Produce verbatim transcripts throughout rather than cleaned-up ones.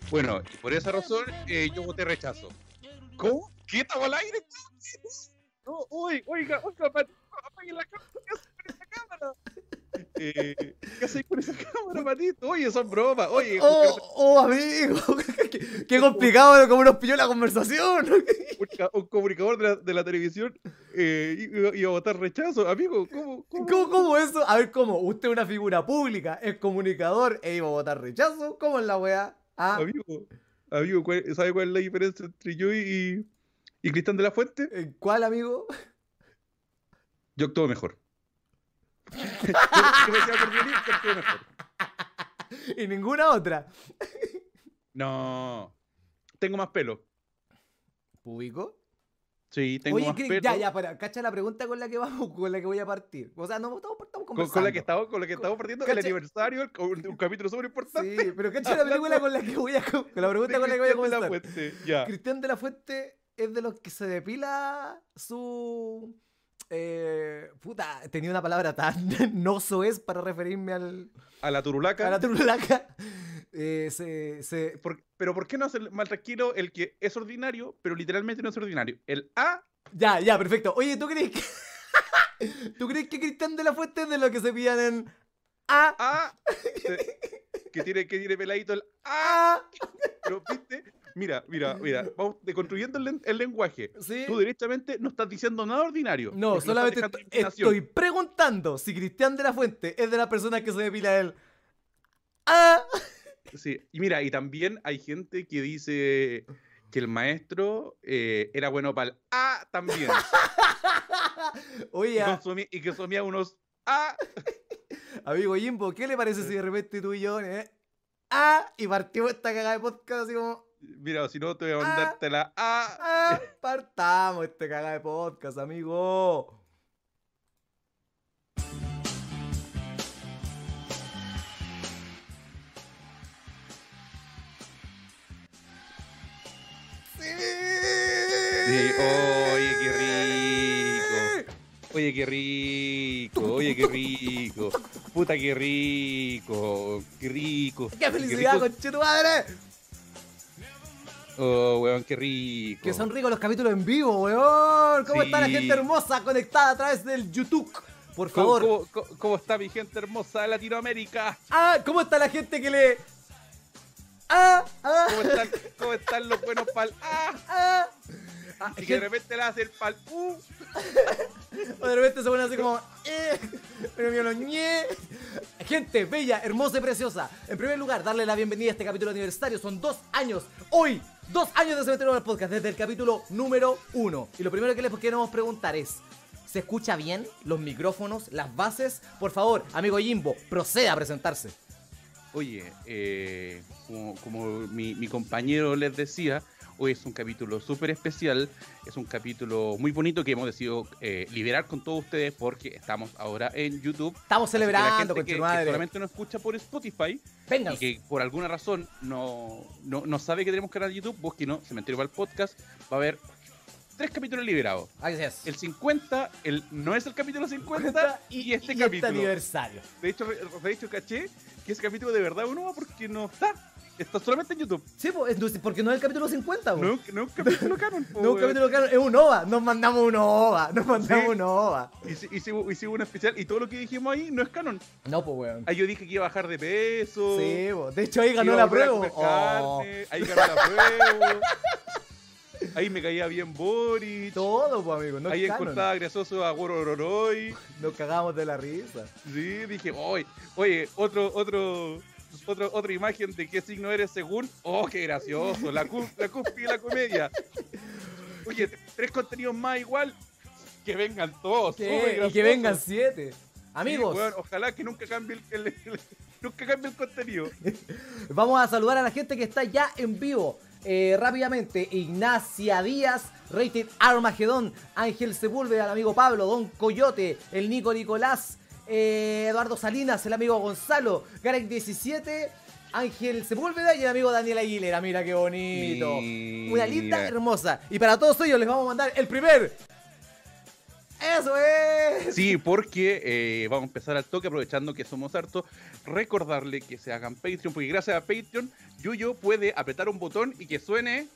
Bueno, y por esa razón eh, yo voté rechazo. ¿Cómo? ¿Qué estaba al aire? No, oiga, oiga, oiga, Patito, apaguen la cámara. ¿Qué haces con esa cámara? Eh, ¿Qué haces con esa cámara, Patito? Oye, son bromas. Oye, Oh, oh, amigo, qué, qué complicado cómo nos pilló la conversación. un, un comunicador de la, de la televisión eh, iba, iba a votar rechazo. Amigo, ¿cómo? ¿Cómo? ¿Cómo, cómo eso? A ver, ¿cómo? Usted es una figura pública, es comunicador e iba a votar rechazo. ¿Cómo es la weá? Ah, Amigo, amigo, ¿cuál- ¿sabe cuál es la diferencia entre yo y, y Cristian de la Fuente? ¿en cuál, amigo? Yo actúo mejor. yo, yo me decía por venir, yo actúo mejor. Y ninguna otra. No, tengo más pelo. ¿Público? Sí, tengo Oye, más Cris, pelo. ya, ya, para, cacha la pregunta con la que vamos, con la que voy a partir. O sea, no estamos, estamos Con, conversando. con la que estamos, con la que estamos partiendo el Cacha- aniversario, un, un capítulo súper importante. Sí, pero cacha la película con la que voy a, con la pregunta con la que voy a Cristian de la comenzar. Fuente, ya. Cristian de la Fuente es de los que se depila su... Eh, puta, tenía una palabra tan no soez para referirme al, A la turulaca. a la turulaca. Eh, se, se... Por- pero ¿por qué no hacer más tranquilo el que es ordinario, pero literalmente no es ordinario? El A. Ya, ya, perfecto. Oye, ¿tú crees que... ¿Tú crees que Cristian de la Fuente es de los que se pillan en A? A. se- que tiene, que tiene peladito el A. A. Pero, ¿viste? Mira, mira, mira. Vamos deconstruyendo el, len- el lenguaje. Sí. Tú directamente no estás diciendo nada ordinario. No, porque lo solamente estás dejando en est- imaginación. estoy preguntando si Cristian de la Fuente es de las personas que se depila el A. Sí, y mira, y también hay gente que dice que el maestro eh, era bueno para el A también. Oye, y, a- consumía, y que consumía unos A. amigo Jimbo, ¿qué le parece si de repente tú y yo eh, A y partimos esta cagada de podcast así como Mira, si no te voy a mandarte la A. A? Partamos esta cagada de podcast, amigo. Sí, oye, qué rico. Oye, qué rico. Oye, qué rico. Puta, qué rico. Qué rico. ¡Qué felicidad, rico. conchetumadre! Oh, weón, qué rico. Que son ricos los capítulos en vivo, weón. ¿Cómo Sí. está la gente hermosa conectada a través del YouTube? Por ¿Cómo, favor. cómo, cómo, cómo está mi gente hermosa de Latinoamérica? Ah, ¿cómo está la gente que le... Ah, ah, ¿Cómo están, cómo están los buenos pal A? ah. Ah, y que de repente le hace el pal U. O de repente se pone así como... Eh, pero mío, no, ñe. Gente bella, hermosa y preciosa. En primer lugar, darle la bienvenida a este capítulo aniversario. Son dos años. Hoy, dos años de Cementerio del Podcast, desde el capítulo número uno. Y lo primero que les queremos preguntar es... ¿Se escucha bien? ¿Los micrófonos? ¿Las bases? Por favor, amigo Jimbo, proceda a presentarse. Oye, eh, como, como mi, mi compañero les decía, hoy es un capítulo súper especial, es un capítulo muy bonito que hemos decidido eh, liberar con todos ustedes porque estamos ahora en YouTube. Estamos Así que la celebrando, gente con que, tu que madre. solamente nos escucha por Spotify Vengan. y que por alguna razón no, no, no sabe que tenemos canal de YouTube, búsquenos, Cementerio para el Podcast, va a haber tres capítulos liberados. Así es. El cincuenta, el, no es el capítulo cincuenta y, este y capítulo. aniversario. De hecho, de hecho, caché que ese capítulo de verdad uno va porque no está. Está solamente en YouTube. Sí, pues, entonces, porque no es el capítulo cincuenta, po. No, no es un capítulo canon. po, No, un weón. capítulo canon, es un O V A. Nos mandamos un O V A. Nos mandamos Sí. un O V A. Hici- Hicimos, hicimos un especial y todo lo que dijimos ahí no es canon. No, pues, weón. Ahí yo dije que iba a bajar de peso. Sí, po. De hecho, ahí que ganó iba a la volver a prueba. comer Oh, carne, ahí ganó la prueba. Ahí me caía bien Boris. todo, pues, amigo. No ahí es canon. encontraba grasoso a Gorororoi. Nos cagamos de la risa. Sí, dije, oye, oye, otro, otro, otro, otra imagen de qué signo eres según. Oh, qué gracioso, la, cu- la cúspide de la comedia. Oye, tres contenidos más igual, que vengan todos. ¿Qué? súper Y que graciosos. vengan siete. Sí, Amigos, weón, ojalá que nunca cambie el, el- el- nunca cambie el contenido. vamos a saludar a la gente que está ya en vivo. Eh, rápidamente, Ignacia Díaz, Rated Armagedón, Ángel Sepúlveda, el amigo Pablo, Don Coyote, el Nico Nicolás, eh, Eduardo Salinas, el amigo Gonzalo, Garek diecisiete, Ángel Sepúlveda y el amigo Daniel Aguilera. Mira qué bonito. Mira. Una linda, hermosa. Y para todos ellos les vamos a mandar el primer ¡Eso es! Sí, porque eh, vamos a empezar al toque, aprovechando que somos hartos, recordarle que se hagan Patreon, porque gracias a Patreon, Yuyo puede apretar un botón y que suene...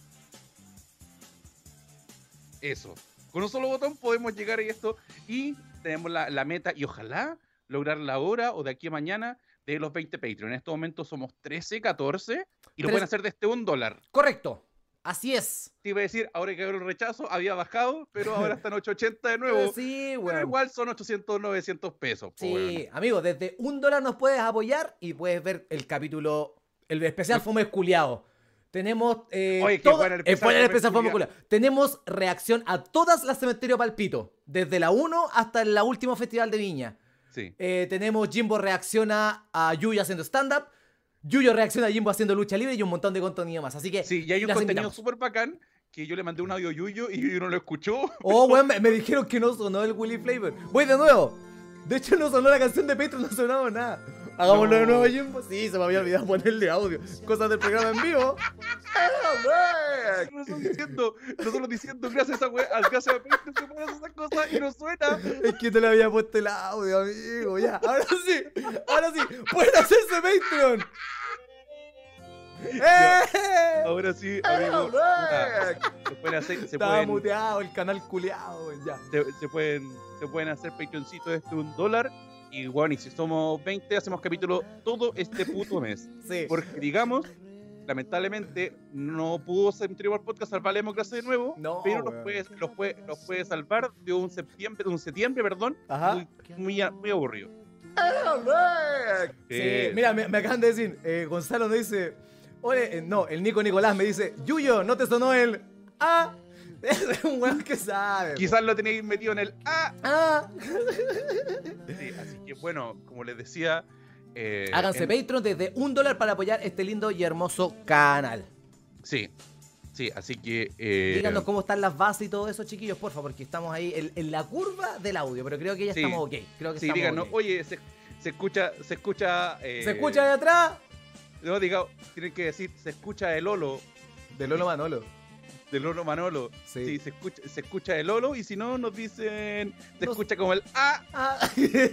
Eso. Con un solo botón podemos llegar a esto y tenemos la, la meta y ojalá lograr la hora o de aquí a mañana de los veinte Patreon. En este momento somos trece, catorce y lo Tres- pueden hacer desde un dólar. Correcto. Así es. Te iba a decir, ahora que el rechazo había bajado, pero ahora están ochocientos ochenta de nuevo. Eh, sí, Pero weón. igual son ochocientos, novecientos pesos. Po, weón. Sí, amigo, desde un dólar nos puedes apoyar y puedes ver el capítulo, el especial Fome Esculiado. Tenemos. Eh, Oye, qué todo- bueno el eh, especial bueno el Fome especial Fome Esculiao. Esculiao. Tenemos reacción a todas las Cementerio Palpito, desde la uno hasta el último Festival de Viña. Sí. Eh, tenemos Jimbo reacciona a Yuyo haciendo stand-up, Yuyo reacciona a Jimbo haciendo lucha libre y un montón de contenido más. Así que. Sí, y hay un las contenido invitamos. súper bacán que yo le mandé un audio a Yuyo y Yuyo no lo escuchó. Oh, weón, me, me dijeron que no sonó el Willy Flavor. Voy de nuevo. De hecho, no sonó la canción de Petro, no sonaba nada. Hagámoslo No. de nuevo, Jimbo. Sí, se me había olvidado ponerle audio. Cosas del programa en vivo. Nosotros diciendo, nosotros diciendo gracias a, we- al gracias a Patreon se pueden hacer esas cosas y no suena. Es que te le había puesto el audio, amigo. Ya, ahora sí. Ahora sí. Pueden hacerse Patreon. ¡Eh! Ahora sí, amigos. puta, Se pueden hacer, se Estaba pueden, muteado el canal culeado, weón. Ya. se, se pueden, se pueden hacer Patreoncitos desde un dólar. Y bueno, y si somos veinte, hacemos capítulo todo este puto mes. Sí. Porque digamos, lamentablemente, no pudo Cementerio Bar Podcast salvar la democracia de nuevo, No, pero los weón. puede, los, puede, los puede salvar de un septiembre, de un septiembre, perdón, Ajá. muy, muy, a- muy aburrido. Sí, Eh, mira, me, me acaban de decir, eh, Gonzalo me dice, oye, eh, no, el Nico Nicolás me dice, Yuyo, ¿no te sonó el ah? Es un weón que sabe. Quizás lo tenéis metido en el ah. Ah. Sí, así que bueno, como les decía, eh, Háganse en- Patreon desde un dólar para apoyar este lindo y hermoso canal. Sí, sí, así que eh, Díganos cómo están las bases y todo eso, chiquillos, porfa, porque estamos ahí en, en la curva del audio, pero creo que ya Sí. estamos ok. Creo que sí, estamos díganos, ok. oye, se, se escucha, se escucha, eh, ¿Se escucha de atrás? No, diga, tienen que decir, se escucha el Lolo, De Lolo Manolo. del Lolo Manolo. Sí. Sí, se escucha, se escucha el Lolo y si no nos dicen, se No- escucha como el ah. Ah.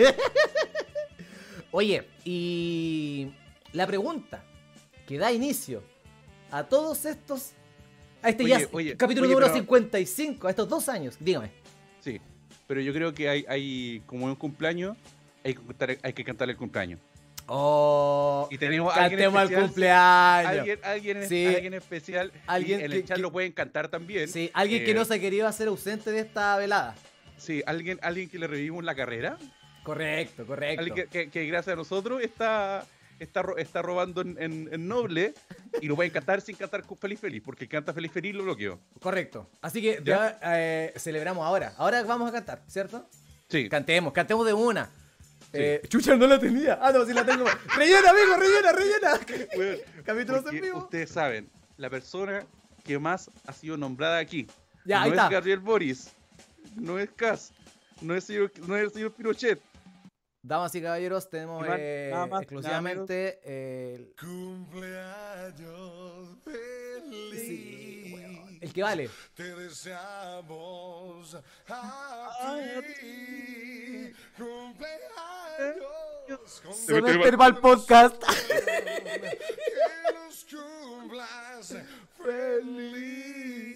Oye, y la pregunta que da inicio a todos estos. A este Oye, ya oye, capítulo oye, número pero- cincuenta y cinco, a estos dos años. Dígame. Sí, pero yo creo que hay, hay como un cumpleaños, hay que cantar, hay que cantar el cumpleaños. Oh, Y tenemos a alguien cantemos al especial. cumpleaños. Alguien, alguien, Sí. alguien especial. Alguien y en que- el chat que- lo pueden cantar también. Sí, alguien que Eh, no se ha querido hacer ausente de esta velada. Sí, alguien, alguien que le revivimos la carrera. Correcto, correcto. Alguien que, que- que gracias a nosotros está, está, ro- está robando en, en- en Noble. Y lo pueden cantar sin cantar con Feliz Feliz. Porque el canta Feliz Feliz lo bloqueó. Correcto. Así que ¿Ya? ya, eh, celebramos ahora. Ahora vamos a cantar, ¿cierto? Sí. Cantemos, cantemos de una. Sí. Eh, chucha, no la tenía. Ah, no, sí la tengo. rellena, amigo, rellena, rellena. Bueno, Capítulos en porque vivo. ustedes saben, la persona que más ha sido nombrada aquí Ya, no ahí es está. Gabriel Boris, no es Cas, no es, señor, no es el señor Pinochet. Damas y caballeros, tenemos Iván, eh, nada más, exclusivamente el, Cumpleaños feliz. sí, weón, el que vale. Te deseamos a ti. Cumpleaños. con Se metió Cementerio Pa'l podcast. Que los cumplas feliz.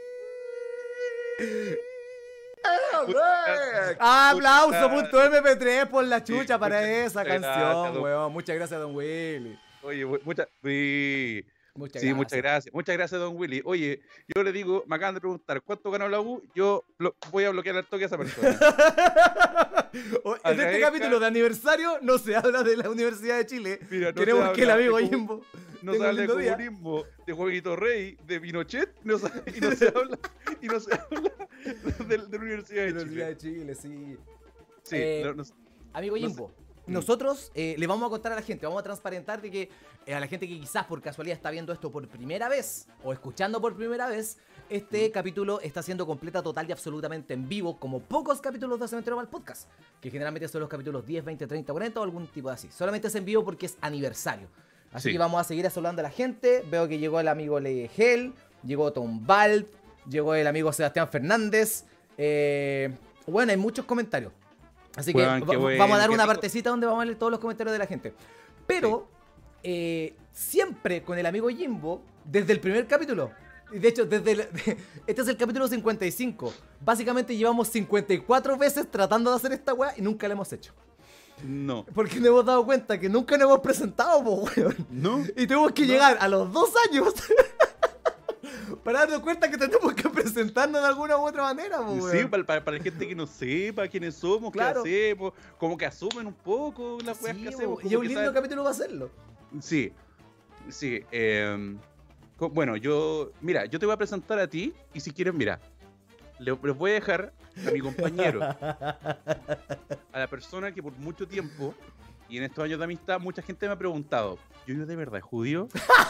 Aplauso punto eme pe tres por la chucha Sí, para muchas esa gracias, canción, don- weón. Muchas gracias, don Willy. Oye, mu- muchas sí, Muchas sí, gracias. muchas gracias. Muchas gracias, don Willy. Oye, yo le digo, me acaban de preguntar cuánto ganó la U, yo blo- voy a bloquear al toque a esa persona. O- En este Agradezca- capítulo de aniversario no se habla de la Universidad de Chile. Mira, no se Queremos que el habla de amigo comu- Jimbo No tenga se un habla de lindo día. comunismo, de Jueguito Rey, de Pinochet, no se- y no se habla, y no se habla de, de la Universidad de Universidad Chile. de Chile, sí. Sí, Eh, no- no- Amigo No sé. Jimbo, nosotros eh, le vamos a contar a la gente, vamos a transparentar de que eh, a la gente que quizás por casualidad está viendo esto por primera vez o escuchando por primera vez, este capítulo está siendo completa, total y absolutamente en vivo, como pocos capítulos de Cementerio Pa'l Podcast, que generalmente son los capítulos diez, veinte, treinta, cuarenta o algún tipo de así. Solamente es en vivo porque es aniversario. Así Sí. que vamos a seguir saludando a la gente. Veo que llegó el amigo Legel, llegó Tom Bald, llegó el amigo Sebastián Fernández. Eh, Bueno, hay muchos comentarios. Así que Weón, qué va- bueno, vamos a dar qué una rico. partecita donde vamos a leer todos los comentarios de la gente. Pero, eh, siempre con el amigo Jimbo, desde el primer capítulo. Y de hecho, desde el- este es el capítulo cincuenta y cinco. Básicamente llevamos cincuenta y cuatro veces tratando de hacer esta weá y nunca la hemos hecho. No. Porque nos hemos dado cuenta que nunca nos hemos presentado, po, weón. No. Y tuvimos que llegar a los dos años para darnos cuenta que tenemos que presentarnos de alguna u otra manera, po, weón. Sí, para, para, para la gente que no sepa quiénes somos, Claro. qué hacemos, como que asumen un poco las weas Sí, que po, hacemos. y como es un que lindo saben- capítulo para hacerlo. Sí, sí. eh, co- bueno, yo, mira, yo te voy a presentar a ti y si quieres, mira, le- les voy a dejar a mi compañero, a la persona que por mucho tiempo y en estos años de amistad mucha gente me ha preguntado, ¿yo yo de verdad es judío?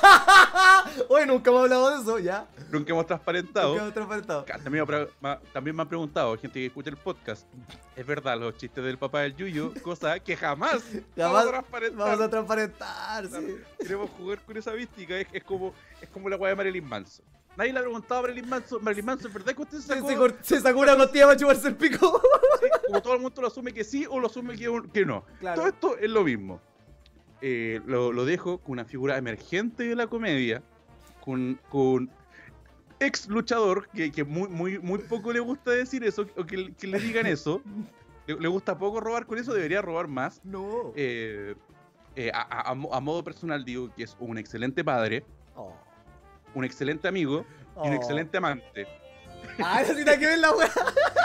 Oye, nunca hemos hablado de eso, ya. Nunca hemos transparentado. Nunca hemos transparentado. Ca- También me, ha pre- ma- también me han preguntado, gente que escucha el podcast, ¿es verdad los chistes del papá del Yuyo? Cosa que jamás, vamos Jamás a transparentar. Vamos a transparentar, sí. Queremos jugar con esa mística, es, es como es como la weá de Marilyn Manson. Nadie le ha preguntado a Marilyn Manson, Marilyn Manson, ¿es verdad que usted se Se, sacó? se cor- se sacó una costilla para chuparse el pico. Sí, como todo el mundo lo asume que sí o lo asume que, que no. Claro. Todo esto es lo mismo. Eh, lo, lo dejo con una figura emergente de la comedia, con, con ex luchador, que, que muy, muy, muy poco le gusta decir eso, o que, que le digan eso. Le, le gusta poco robar con eso, debería robar más. No. Eh, eh, a, a- a mo- a modo personal digo que es un excelente padre, Oh. un excelente amigo y un Oh. excelente amante. Ah, eso sí, nada que ver la weá.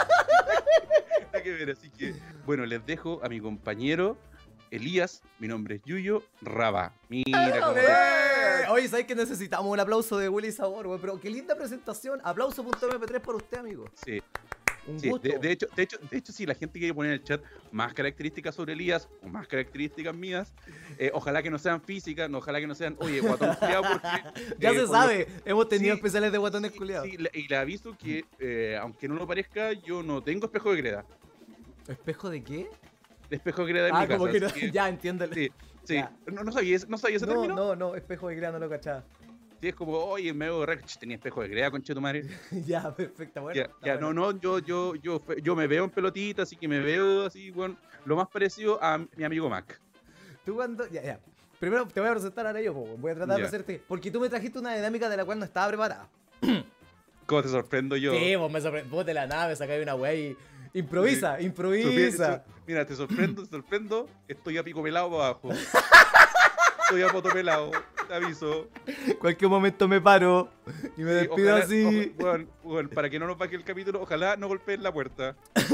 Nada que ver, así que, bueno, les dejo a mi compañero Elías, mi nombre es Yuyo Raba. Mira cómo te- ¡Eh! Oye, ¿sabes que necesitamos un aplauso de Willy Sabor, güey? Pero qué linda presentación. Aplauso punto eme pe tres por usted, amigo. Sí, Un sí, gusto. de, de hecho, de, hecho, de hecho, sí, la gente quiere poner en el chat más características sobre Elías o más características mías. Eh, ojalá que no sean físicas, no, ojalá que no sean, oye, guatón culiao, porque... ya eh, se por lo- sabe, hemos tenido Sí, especiales de guatones sí, culiados. sí, le- y le aviso que, eh, aunque no lo parezca, yo no tengo espejo de greda. ¿Espejo de qué? De espejo de greda en Ah, mi casa. como que no. así que- Ya, entiéndele. Sí, sí. Ya. No, no sabía, ese- no sabía ese No, término. no, no, espejo de grano, no lo cachaba. Sí, es como, oye, me veo re- ch, tenía espejo de greda, conche tu madre. Ya, perfecto, bueno. ya, está ya, bueno. no, no, yo, yo, yo, fe- yo me veo en pelotita, así que me veo así, bueno, lo más parecido a mi amigo Mac. Tú cuando. Ya, ya. Primero te voy a presentar ahora yo, po, voy a tratar de Ya. hacerte. Porque tú me trajiste una dinámica de la cual no estaba preparada. ¿Cómo te sorprendo yo? Sí, vos me sorprendiste. Vos de la nave sacáis una weá y. Improvisa, Sí. improvisa. Sorpre- so- Mira, te sorprendo, te sorprendo, estoy a pico pelado para abajo. Estoy a poto pelado, te aviso. Cualquier momento me paro y me Sí, despido ojalá- así. ojo, bueno, bueno, para que no nos baje el capítulo, ojalá no golpeen la puerta.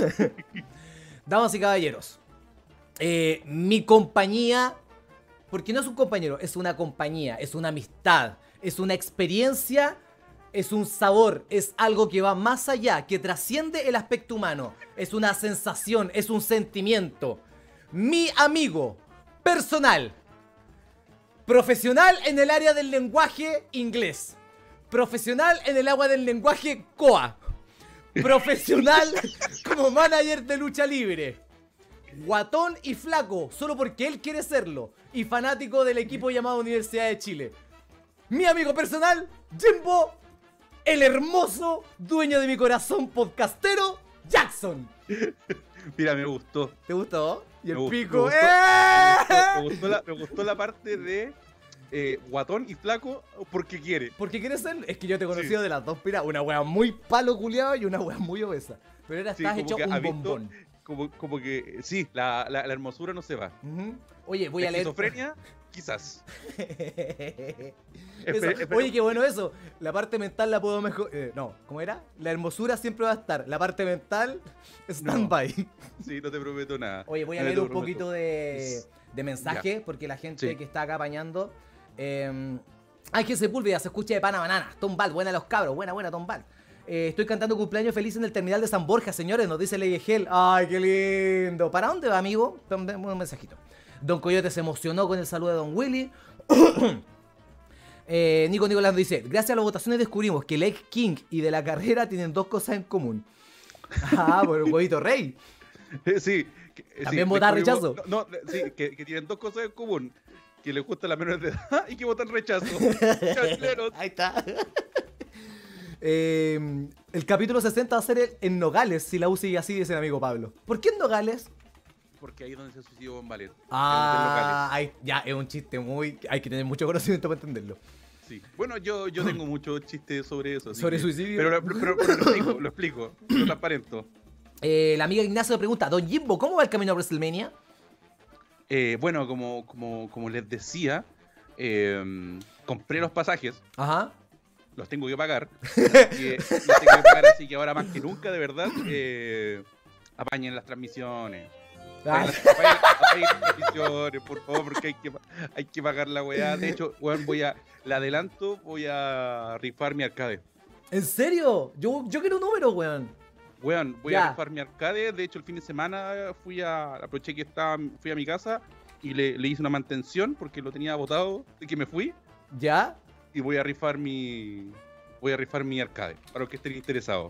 Damas y caballeros, eh, mi compañía, porque no es un compañero, es una compañía, es una amistad, es una experiencia, es un sabor, es algo que va más allá, que trasciende el aspecto humano, es una sensación, es un sentimiento. Mi amigo personal, profesional en el área del lenguaje inglés, profesional en el agua del lenguaje C O A. Profesional como manager de lucha libre. Guatón y flaco, solo porque él quiere serlo. Y fanático del equipo llamado Universidad de Chile. Mi amigo personal, Jimbo, el hermoso dueño de mi corazón podcastero, Jackson. Mira, me gustó. ¿Te gustó? Y el Me gustó, pico. me gustó, ¡Eh! Me gustó, la, me gustó la parte de eh, guatón y flaco porque quiere. ¿Por qué quieres serlo? Es que yo te he conocido de las dos piras. Una wea muy palo culiado y una wea muy obesa. Pero ahora Sí, estás como hecho que un ha visto- bombón. Como, como que sí, la, la, la hermosura no se va. Ujú. Oye, voy a leer. Esquizofrenia, quizás. Eso. Espe- espero- Oye, qué bueno eso. La parte mental la puedo mejorar. no, ¿cómo era? La hermosura siempre va a estar. La parte mental, stand-by. Sí, no te prometo nada. Oye, voy a No te leer un prometo. poquito de, de mensaje, porque la gente Sí. que está acá apañando. Eh, Ángel Sepúlveda se escucha de pana banana. Tom Bal, buena los cabros, buena, buena, Tom Bal. Eh, estoy cantando cumpleaños feliz en el terminal de San Borja, señores, nos dice Ley Gel. Ay, qué lindo. ¿Para dónde va, amigo? Tom, un mensajito. Don Coyote se emocionó con el saludo de Don Willy. eh, Nico Nicolás nos dice: gracias a las votaciones descubrimos que Lake King y De la Carrera tienen dos cosas en común. Ah, por el huevito rey. Eh, Sí. que- eh, También sí, votar descubrimos- rechazo. No, no, sí, que, que tienen dos cosas en común. Que les gusta la menor de edad y que votan rechazo. Chasleros. Ahí está. Eh, el capítulo sesenta va a ser el- en Nogales, si la U sigue así, dice el amigo Pablo. ¿Por qué en Nogales? Porque ahí es donde se suicidó Von Valen. Ah, ay, ya, es un chiste muy... Hay que tener mucho conocimiento para entenderlo. Sí. Bueno, yo, yo tengo muchos chistes sobre eso. así ¿Sobre que- suicidio? Pero, pero, pero- pero lo explico, lo explico. Lo transparento. Eh, la amiga Ignacio pregunta, Don Jimbo, ¿cómo va el camino a WrestleMania? Eh, bueno, como, como, como les decía, eh, compré los pasajes, Ajá. los tengo que pagar. Así que, los tengo que pagar, así que ahora más que nunca, de verdad, eh, apañen las transmisiones. Ah, Apaguen las- apaguen- apaguen las transmisiones, por favor, porque hay que, pa- hay que pagar la weá. De hecho, weón, voy a, le adelanto, voy a rifar mi arcade. ¿En serio? Yo, yo quiero un número, weón. Weón, voy Ya. a rifar mi arcade. De hecho, el fin de semana fui a, aproveché que estaba, fui a mi casa y le, le hice una mantención porque lo tenía botado de que me fui. ¿Ya? Y voy a rifar mi, voy a rifar mi arcade, para los que estén interesados.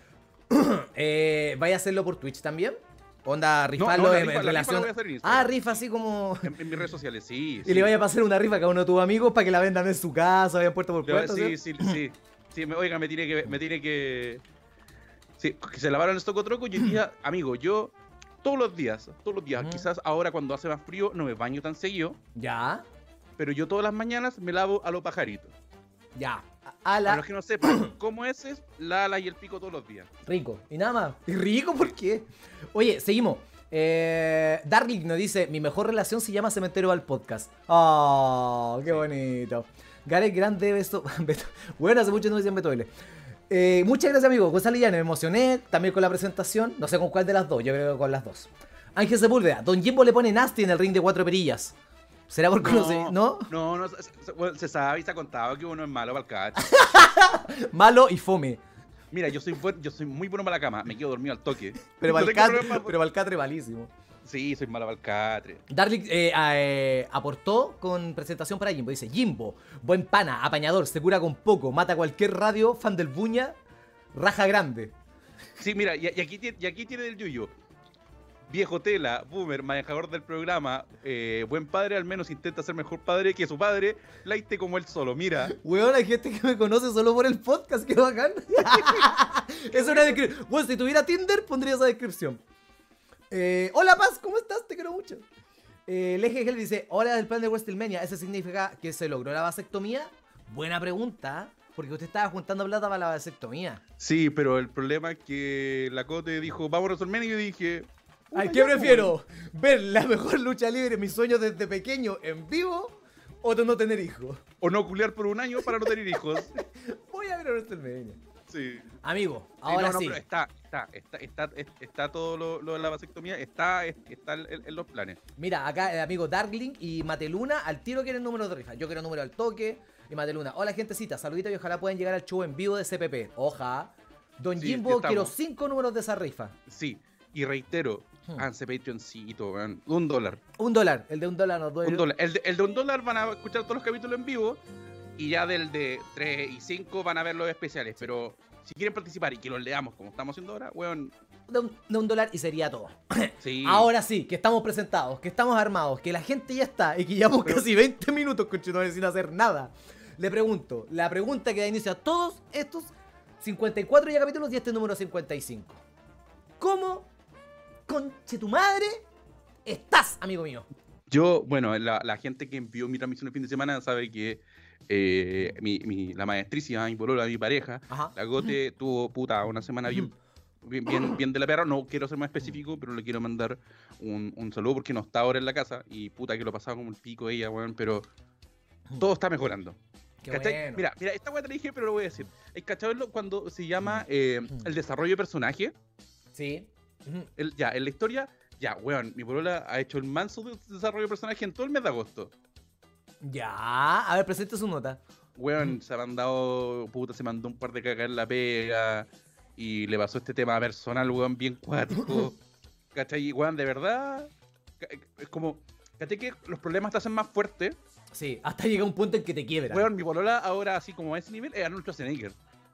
Eh, ¿Vaya a hacerlo por Twitch también? Onda, rifarlo no, la en, rifa- en la rifa la relación... voy a hacer en Instagram. Ah, rifa así como... En, en mis redes sociales, sí. Y le vaya a pasar una rifa a cada uno de tus amigos para que la vendan en su casa, vayan puerta por puerta. Sí, ¿sí? sí, sí. Sí, me, oiga, me tiene que. Me tiene que. Sí, que se lavaron el toco y hoy día, amigo, yo todos los días, todos los días, Ujú. quizás ahora cuando hace más frío no me baño tan seguido, Ya, pero yo todas las mañanas me lavo a los pajaritos. ya. A Para la... los que no sepan cómo es, es la ala y el pico todos los días. Rico. Y nada más. ¿Y rico por qué? Oye, seguimos. Eh, Darling nos dice, mi mejor relación se llama Cementerio al Podcast. Oh, qué bonito. Gareth Grande, Beto... Beto- Bueno, hace mucho no decían Beto L. Eh, muchas gracias, amigo. Gonzalo Llano, me emocioné también con la presentación. No sé con cuál de las dos, yo creo que con las dos. Ángel Sepúlveda, Don Jimbo le pone nasty en el ring de cuatro perillas. ¿Será por conocer? ¿No? No, no, se, se- bueno, se sabe y se ha contado que uno es malo para el cacho. Malo y fome. Mira, yo soy, buen- yo soy muy bueno para la cama, me quedo dormido al toque. Pero No para el tengo catre, problema. pero pa'l catre malísimo. Sí, soy malo para el catre. Darling eh, eh, aportó con presentación para Jimbo. Dice, Jimbo, buen pana, apañador, se cura con poco, mata cualquier radio, fan del Buña, raja grande. Sí, mira, y, y aquí, tiene- y aquí tiene el yuyo. Viejo tela, boomer, manejador del programa, eh, buen padre, al menos intenta ser mejor padre que su padre, laite como él solo, mira. Weón, hay gente que me conoce solo por el podcast, qué bacán. Es una descripción. Bueno, si tuviera Tinder, pondría esa descripción. Eh, hola Paz, ¿cómo estás? Te quiero mucho. Eh, Leje Gel dice, hora del plan de WrestleMania, ¿eso significa que se logró la vasectomía? Buena pregunta, porque usted estaba juntando plata para la vasectomía. Sí, pero el problema es que la Cote dijo, vamos a resolver, y yo dije... Ay, "Puta, ¿qué ya, prefiero? ¿Ver la mejor lucha libre, mis sueños desde pequeño en vivo? ¿O no tener hijos? O no culiar por un año para no tener hijos. Voy a ver a WrestleMania. Sí. Amigo, Sí, ahora no, no, sí. pero está, está, está, está, está, está todo lo, lo de la vasectomía, está, está en, en los planes. Mira, acá el amigo Darling y Mateluna al tiro quieren números de rifa. Yo quiero número al toque. Y Mateluna, hola gentecita, saluditos y ojalá puedan llegar al show en vivo de C P P. Oja. Don Sí, Jimbo, estamos. quiero cinco números de esa rifa. Sí, y reitero, Hmm. háganse Patreoncito, weón. Un dólar. Un dólar, el de un dólar nos doy. Un dólar. El de, el de un dólar van a escuchar todos los capítulos en vivo. Y ya del de tres y cinco van a ver los especiales. Pero si quieren participar y que los leamos como estamos haciendo ahora, weón. De un, de un dólar y sería todo. Sí. Ahora sí, que estamos presentados, que estamos armados, que la gente ya está y que llevamos Pero- casi veinte minutos conchetumare, sin hacer nada. Le pregunto, la pregunta que da inicio a todos estos cincuenta y cuatro ya capítulos y este número cincuenta y cinco. ¿Cómo, conche tu madre, estás, amigo mío? Yo, bueno, la, la gente que envió mi transmisión el fin de semana sabe que eh, mi, mi- la maestricia, mi polola, mi pareja, Ajá. la Gote tuvo puta una semana bien, bien, bien, bien de la perra. No quiero ser más específico, pero le quiero mandar un, un saludo porque no está ahora en la casa. Y puta que lo pasaba como el pico ella, weón. Pero todo está mejorando. Qué ¿Cachai? bueno. Mira, mira, esta weá te la dije, pero lo voy a decir. ¿Hay cachado lo- cuando se llama eh, el desarrollo de personaje? Sí. Ujú. El- ya, en la historia, ya, weón, mi polola ha hecho el manso de- desarrollo de personaje en todo el mes de agosto. Ya, a ver, presente su nota. Weón, se ha mandado, puta, se mandó un par de cagas en la pega y le pasó este tema personal, weón, bien cuático. ¿Cachai? Y, weón, de verdad, ca- es como, ¿cachai que los problemas te hacen más fuerte? Sí, hasta llega un punto en que te quiebra. Weón, mi polola ahora, así como a ese nivel, es Arnold Schwarzenegger.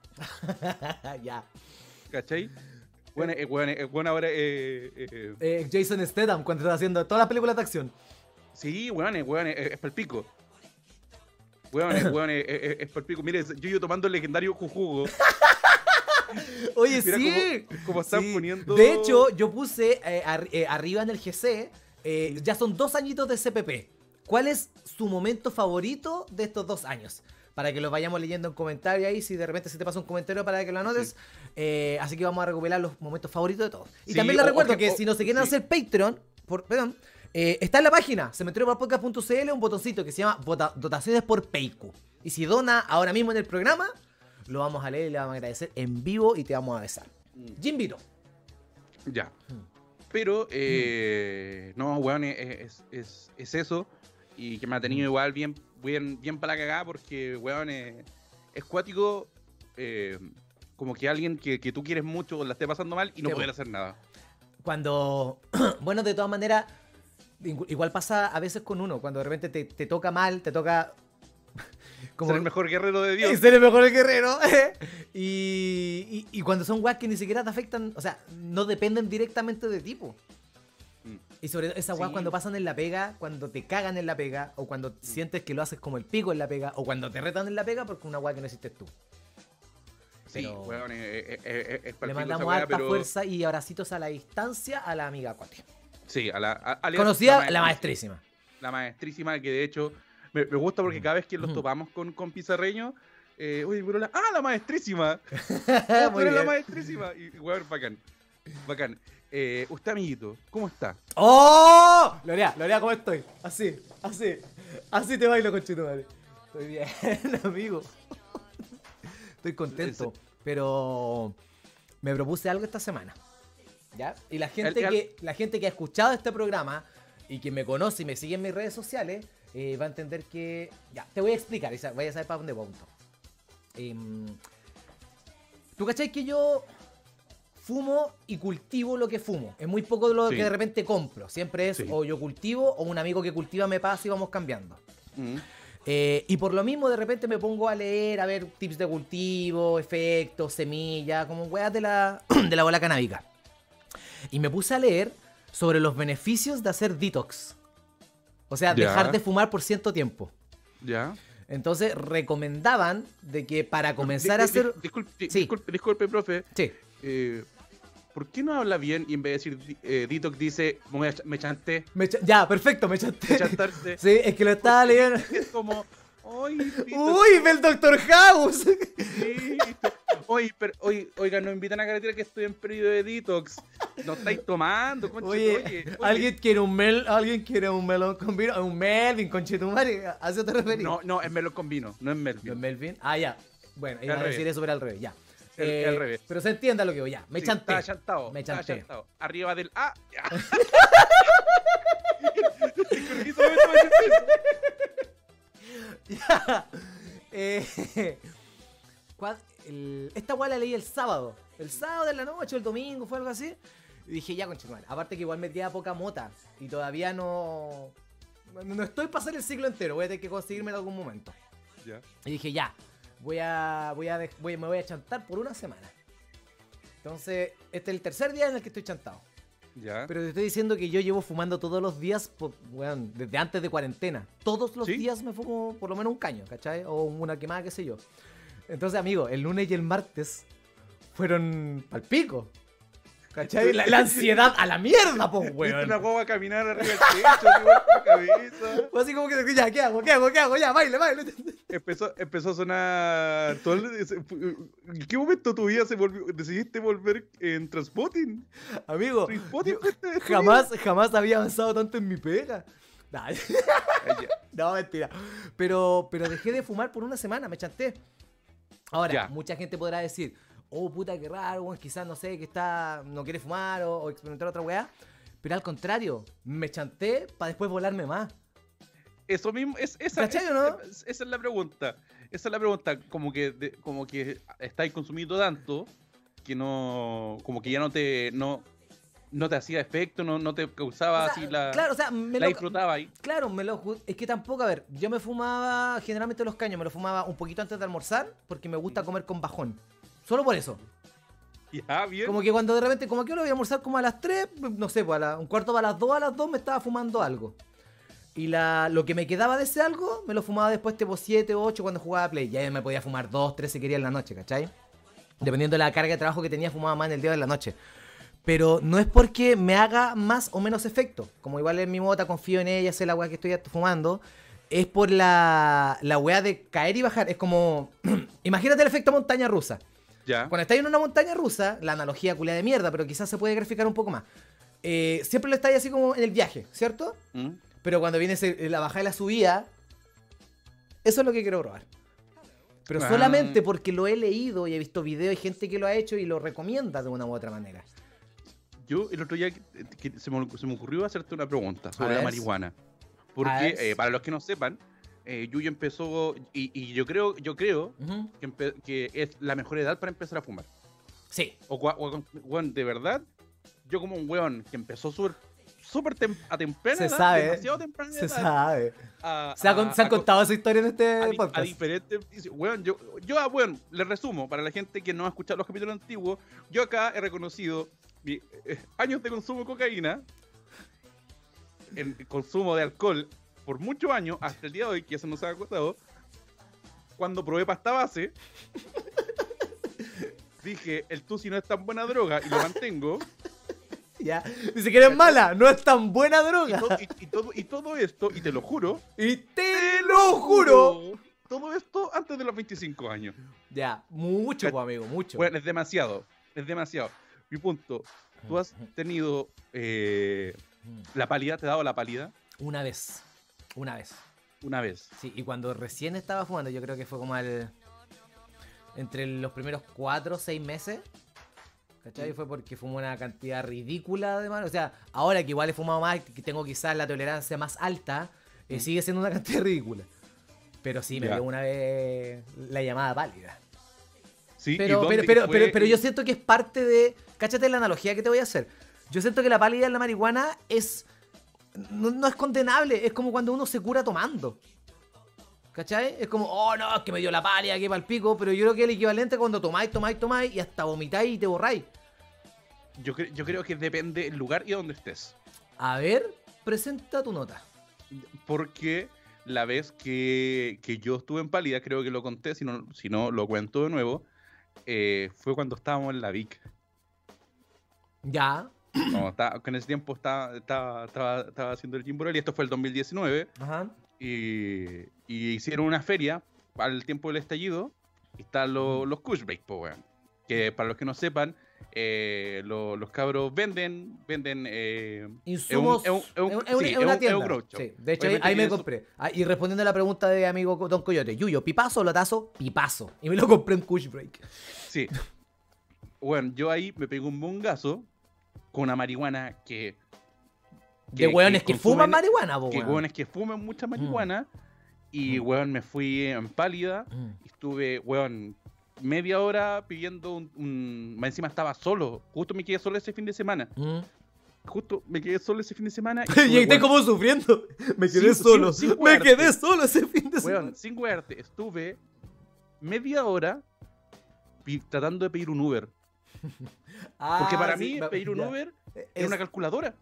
Ya. ¿Cachai? Bueno, eh, bueno, eh, bueno, ahora, eh, eh, Eh, Jason Statham, cuando está haciendo todas las películas de acción. sí, weón, eh, weón, eh, es palpico. Weón, es, weón, es, es, es palpico. Mire, yo iba tomando el legendario jujugo. Oye, Mira sí. cómo, cómo están Sí. poniendo. De hecho, yo puse eh, ar- eh, arriba en el G C, eh, ya son dos añitos de C P P. ¿Cuál es su momento favorito de estos dos años? Para que los vayamos leyendo en comentarios ahí, si de repente se te pasa un comentario para que lo anotes. Sí. Eh, así que vamos a recopilar los momentos favoritos de todos. Y Sí, también les o- recuerdo o- que o- si no se quieren sí. hacer Patreon, por, perdón, eh, está en la página cementerio para podcast punto c l un botoncito que se llama vota- dotaciones por Paycu. Y si dona ahora mismo en el programa, lo vamos a leer y le vamos a agradecer en vivo y te vamos a besar. Jimbito. Ya. Pero, eh, no, weón, es, es, es, es eso. Y que me ha tenido igual bien, bien, bien para la cagada porque, weón, es, es cuático. eh, como que alguien que, que tú quieres mucho la esté pasando mal y no Sí, poder po. hacer nada. Cuando, bueno, de todas maneras, igu- igual pasa a veces con uno, cuando de repente te, te toca mal, te toca... Como Ser el mejor guerrero de Dios. y ser el mejor guerrero. y, y, y cuando son weas que ni siquiera te afectan, o sea, no dependen directamente de tipo. Mm. Y sobre todo esas weas Sí. cuando pasan en la pega, cuando te cagan en la pega, o cuando sientes que lo haces como el pico en la pega, o cuando te retan en la pega porque una wea que no hiciste tú. Sí, Pero- weón, es, es, es, es Le palpico mandamos esa weá, harta pero- fuerza y abracitos a la distancia a la amiga Cuati. Sí, a la... a- alias, Conocida la maestrísima. La maestrísima, que de hecho me, me gusta porque cada vez que los Ujú. topamos con, con Pizarreño, eh, oye, pero la, ¡ah, la maestrísima! Muy ¡Oh, pero la bien. maestrísima! Y, weón, bacán. Bacán. Eh, usted, amiguito, ¿cómo está? ¡Oh! Lorea, Lorea, ¿cómo estoy? Así, así. Así te bailo, conchito, madre. Estoy bien, amigo. Estoy contento. Pero me propuse algo esta semana. ¿Ya? Y la gente, El- el- que, la gente que ha escuchado este programa y que me conoce y me sigue en mis redes sociales, eh, va a entender que... Ya, te voy a explicar y sa- vaya a saber para dónde voy. Em, ¿Tú cachai que yo fumo y cultivo lo que fumo? Es muy poco de lo Sí. que de repente compro. Siempre es Sí. o yo cultivo o un amigo que cultiva me pasa y vamos cambiando. Mm. Eh, y por lo mismo de repente me pongo a leer, a ver tips de cultivo, efectos, semillas, como weas de la, de la bola canábica. Y me puse a leer sobre los beneficios de hacer detox. O sea, Ya. dejar de fumar por cierto tiempo. ¿Ya? Entonces recomendaban de que para comenzar a Di- di- hacer... Disculpe, di- Sí. disculpe, disculpe, profe. Sí. Eh, ¿Por qué no habla bien y en vez de decir di- eh, detox dice me, voy a ch- me chanté? Me cha- ya, perfecto, me chanté. Chantarse. Sí, es que lo estaba leyendo. Es como, ¡ay, detox! ¡Uy, ve el Doctor House! Sí. Oye, pero, oye, oiga, nos invitan a carretera que estoy en periodo de detox. No estáis tomando, conche, Oye, oye, oye. ¿alguien quiere un mel, alguien quiere un melón con vino? Un Melvin, conchetumare, ¿a eso te referís? No, no, es melón con vino, no es ¿No Melvin. es Melvin? Ah, ya. Bueno, iba Al a decir revés. eso, pero al revés, ya. El- al revés. Pero se entienda lo que voy, ya. Me Sí, chanté. Estaba chantado. Me estaba chanté. chantado. Arriba del A. Ya. Ya. Eh, ¿cuál- el- esta weá la leí el sábado. El sábado de la noche, el domingo, fue algo así. Y dije, ya, conchetumare. Aparte que igual me queda poca mota. Y todavía no. No estoy para hacer el ciclo entero. Voy a tener que conseguirme en algún momento. Ya. Y dije, ya, voy a, voy a, dej- voy- me voy a chantar por una semana. Entonces, este es el tercer día en el que estoy chantado. Ya. Pero te estoy diciendo que yo llevo fumando todos los días, por, weón, desde antes de cuarentena. Todos los ¿Sí? días me fumo por lo menos un caño, ¿cachai? O una quemada, qué sé yo. Entonces, amigo, el lunes y el martes fueron pal pico. ¿Cachai? La, la ansiedad a la mierda, po, Viste weón. una guagua caminar arriba del techo, igual con la cabeza. Fue así como que, ya, ¿qué hago? ¿Qué hago? ¿Qué hago? Ya, baile, baile. Empezó, empezó a sonar. todo el- ese- ¿En qué momento tu vida se volvió, decidiste volver en Transpotting? Amigo, Transpotting yo fuiste- jamás, jamás había avanzado tanto en mi pega. Nah, Ay, ya. no, mentira. Pero, pero dejé de fumar por una semana, me chanté. Ahora, Ya. mucha gente podrá decir, oh, puta, qué raro, weón, quizás, no sé, que está, no quiere fumar o, o experimentar otra weá. Pero al contrario, me chanté para después volarme más. Eso mismo, es, esa, ¿Cachai es- o no? es- esa es la pregunta. Esa es la pregunta. Como que, de- como que estáis consumiendo tanto que no. Como que ya no te. No, no te hacía efecto, no, no te causaba O sea, así la. claro, o sea, me la lo, disfrutaba ahí. claro, me lo, ju- es que tampoco, a ver, yo me fumaba generalmente los caños, me los fumaba un poquito antes de almorzar porque me gusta comer con bajón. Solo por eso. Ya, bien. Como que cuando de repente, como que ahora voy a almorzar como a las tres, no sé, pues a la- un cuarto para las dos, a las dos me estaba fumando algo. Y la, lo que me quedaba de ese algo, me lo fumaba después tipo siete o ocho cuando jugaba Play. Ya me podía fumar dos, tres si quería en la noche, ¿cachai? Dependiendo de la carga de trabajo que tenía, fumaba más en el día o en la noche. Pero no es porque me haga más o menos efecto. Como igual en mi mota, confío en ella, sé la weá que estoy fumando. Es por la, la weá de caer y bajar. Es como... Imagínate el efecto montaña rusa. Ya. Cuando estáis en una montaña rusa, la analogía culia de mierda, pero quizás se puede graficar un poco más. Eh, siempre lo estáis así como en el viaje, ¿cierto? ¿Mm? Pero cuando viene ese- la bajada y la subida, eso es lo que quiero probar. Pero Ah. solamente porque lo he leído y he visto videos y gente que lo ha hecho y lo recomienda de una u otra manera. Yo el otro día que, que se, me, se me ocurrió hacerte una pregunta sobre ver. la marihuana. A Porque, ver. eh, para los que no sepan, eh, Yuyo empezó, y, y yo creo yo creo Ujú. que, empe- que es la mejor edad para empezar a fumar. Sí. O, cua- o con- weón, de verdad, yo como un weón que empezó súper súper tem- a temprana Se edad, sabe. demasiado temprana Se edad, sabe. a- Se, ha con- a- se han a con- contado esa historia en este a, di- a podcast. diferentes. Weón, yo, yo, ah, bueno, le resumo, para la gente que no ha escuchado los capítulos antiguos, yo acá he reconocido mi, eh, años de consumo de cocaína, el consumo de alcohol por muchos años, hasta el día de hoy, que eso no se ha acotado. Cuando probé pasta base, dije, el Tusi no es tan buena droga y lo mantengo. Ya. Ni siquiera es mala, no es tan buena Y, droga. to- y- y todo, y todo esto, y te lo juro, Y te lo juro. todo esto antes de los veinticinco años. Ya, mucho, pues, amigo, mucho. Bueno, es demasiado, es demasiado. Mi punto, tú has tenido eh, la pálida, te he dado la pálida Una vez. Una vez. una vez. Sí, y cuando recién estaba fumando, yo creo que fue como al... Entre los primeros cuatro o seis meses. ¿Cachai? Fue porque fumé una cantidad ridícula de mano. O sea, ahora que igual he fumado más, que tengo quizás la tolerancia más alta, eh, sigue siendo una cantidad ridícula. Pero sí, me Ya. dio una vez la llamada pálida. Sí, ¿y Pero, dónde pero, pero, fue? pero, pero yo siento que es parte de... Cáchate la analogía que te voy a hacer. Yo siento que la pálida en la marihuana es... No, no es condenable, es como cuando uno se cura tomando. ¿Cachai? Es como, oh no, es que me dio la pálida, que pa'l pico. Pero yo creo que es el equivalente a cuando tomáis, tomáis, tomáis y hasta vomitáis y te borráis. Yo, cre- yo creo que depende del lugar y donde estés. A ver, presenta tu nota. Porque la vez que, que yo estuve en pálida, creo que lo conté, si no, si no lo cuento de nuevo, eh, fue cuando estábamos en la Vic. Ya. No, estaba- que en ese tiempo estaba, estaba, estaba, estaba haciendo el Jim Borel y esto fue el dos mil diecinueve. Ajá. Y, y hicieron una feria al tiempo del estallido y están los, los Kush Break, po, weón. Que para los que no sepan, eh, lo- los cabros venden, venden eh, Insumos. es un- es un- es un- es una- sí, es es una un- tienda. es un grow shop. Sí, de hecho, ahí, Obviamente ahí me tiene su- compré. Ah, y respondiendo a la pregunta de amigo Don Coyote, Yuyo, ¿pipazo o lotazo? Pipazo. Y me lo compré en Kush Break. Sí. Bueno, yo ahí me pegué un bongazo con una marihuana que... De hueones que, fuman marihuana, po, Que weón. hueones que fuman mucha marihuana. Y, weón, me fui en pálida. Mm. Y estuve, weón, media hora pidiendo un, un... Más encima estaba solo. Justo me quedé solo ese fin de semana. Mm. Justo me quedé solo ese fin de semana. Y estuve, esté weón, como sufriendo. Me Sin- quedé sin- solo. sin me jugarte. quedé solo ese fin de semana. weón, sin wearte, estuve media hora pi- tratando de pedir un Uber. Porque Ah, para sí, mí va- pedir un ya. Uber Es- era una calculadora.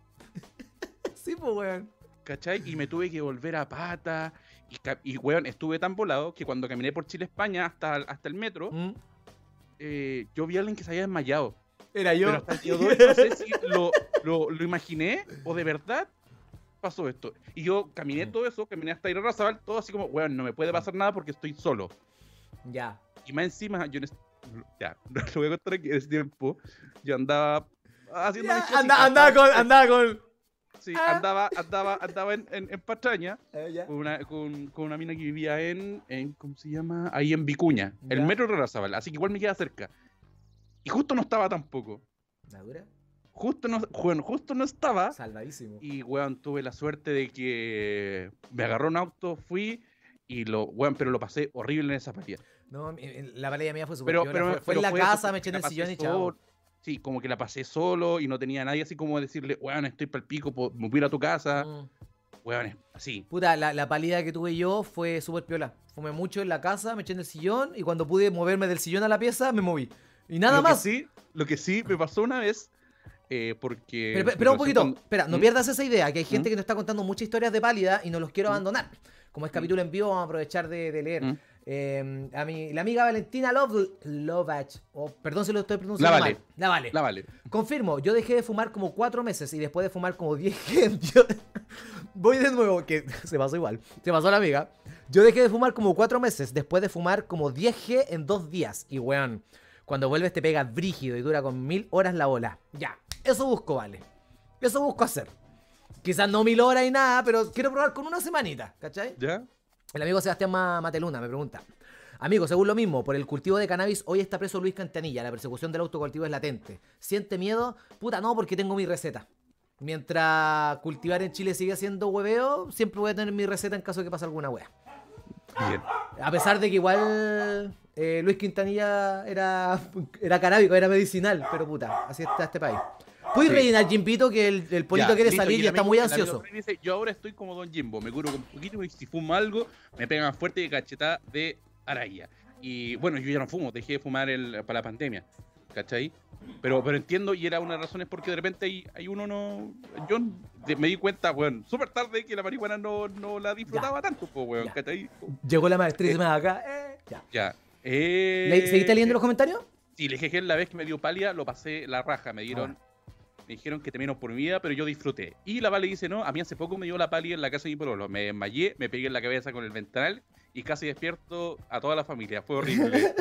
Sí, pues, weón. ¿Cachai? Y me tuve que volver a pata. Y, ca- y weón, estuve tan volado que cuando caminé por Chile-España hasta, hasta el metro, Mm. eh, yo vi a alguien que se había desmayado. Era yo. Pero hasta el día de hoy no sé si lo, lo, lo imaginé o de verdad pasó esto. Y yo caminé todo eso, caminé hasta ir a Razabal, todo así como, weón, no me puede pasar nada porque estoy solo. Ya. Y más encima, yo en es- ya, lo voy a contar aquí, en ese tiempo, yo andaba haciendo Ya, mis cositas, anda, andaba con. Andaba con. sí, ah. andaba, andaba, andaba en, en, en Patraña Eh, ya. con una, con, con una mina que vivía en, en, ¿cómo se llama? Ahí en Vicuña, el Ya. metro de Razabal, así que igual me queda cerca. Y justo no estaba tampoco. ¿La dura? Justo no, bueno, justo no estaba. Salvadísimo. Y, weón, tuve la suerte de que me agarró un auto, fui y lo, weón, pero lo pasé horrible en esa partida. No, mi- mi- la pelea mía fue súper Pero, piola. pero, fue, fue pero en la fue eso, casa, porque me eché en la el pasé sillón y solo. chao. Sí, como que la pasé solo y no tenía nadie así como decirle, weón, estoy para el pico, po- me voy a ir a tu casa. Mm. Weón, así. Puta, la, la pálida que tuve yo fue súper piola. Fumé mucho en la casa, me eché en el sillón y cuando pude moverme del sillón a la pieza, me moví. Y nada lo más. Que sí, lo que sí me pasó una vez, eh, porque... Pero, pero, mi pero un relación poquito, con- espera, no ¿Mm? pierdas esa idea, que hay gente ¿Mm? que nos está contando muchas historias de pálida y no los quiero ¿Mm? abandonar. Como es capítulo en vivo, vamos a aprovechar de, de leer. ¿Mm? Eh, a mi, la amiga Valentina Love, Lovach, o perdón si lo estoy pronunciando La Vale. mal. La Vale. La vale. Confirmo, yo dejé de fumar como cuatro meses y después de fumar como diez G. Yo... Voy de nuevo, que se pasó igual. Se pasó la amiga. Yo dejé de fumar como cuatro meses después de fumar como diez G en dos días. Y weón, cuando vuelves te pega brígido y dura con mil horas la bola. Ya, eso busco, vale. Eso busco hacer. Quizás no mil horas y nada, pero quiero probar con una semanita, ¿cachai? ¿Ya? El amigo Sebastián Ma- Mateluna me pregunta. Amigo, según lo mismo, por el cultivo de cannabis, hoy está preso Luis Cantanilla. La persecución del autocultivo es latente. ¿Siente miedo? Puta, no, porque tengo mi receta. Mientras cultivar en Chile sigue siendo hueveo, siempre voy a tener mi receta en caso de que pase alguna wea. Bien. A pesar de que igual eh, Luis Quintanilla era, era canábico, era medicinal, pero puta, así está este país. ¿Puedes Sí. rellenar, Jimpito, que el, el polito Ya, quiere listo, salir y el está amigo- muy el amigo ansioso? Freddy dice, yo ahora estoy como Don Jimbo, me curo con un poquito y si fumo algo, me pega más fuerte que cachetada de araya. Y bueno, yo ya no fumo, dejé de fumar el, para la pandemia, ¿cachai? Pero, pero entiendo y era una de las razones porque de repente hay, hay uno no... Yo de- me di cuenta, bueno, súper tarde que la marihuana no, no la disfrutaba tanto, pues, weón, Ya. ¿cachai? Llegó la maestría más acá. Eh, ya. Ya. Eh, ¿Le- ¿Seguiste leyendo los comentarios? Sí, le dije la vez que me dio pálida, lo pasé la raja, me dieron... Me dijeron que temieron por mi vida, pero yo disfruté. Y la Vale dice, no, a mí hace poco me dio la pálida en la casa de mi pololo. Me desmayé, me pegué en la cabeza con el ventanal y casi despierto a toda la familia. Fue horrible.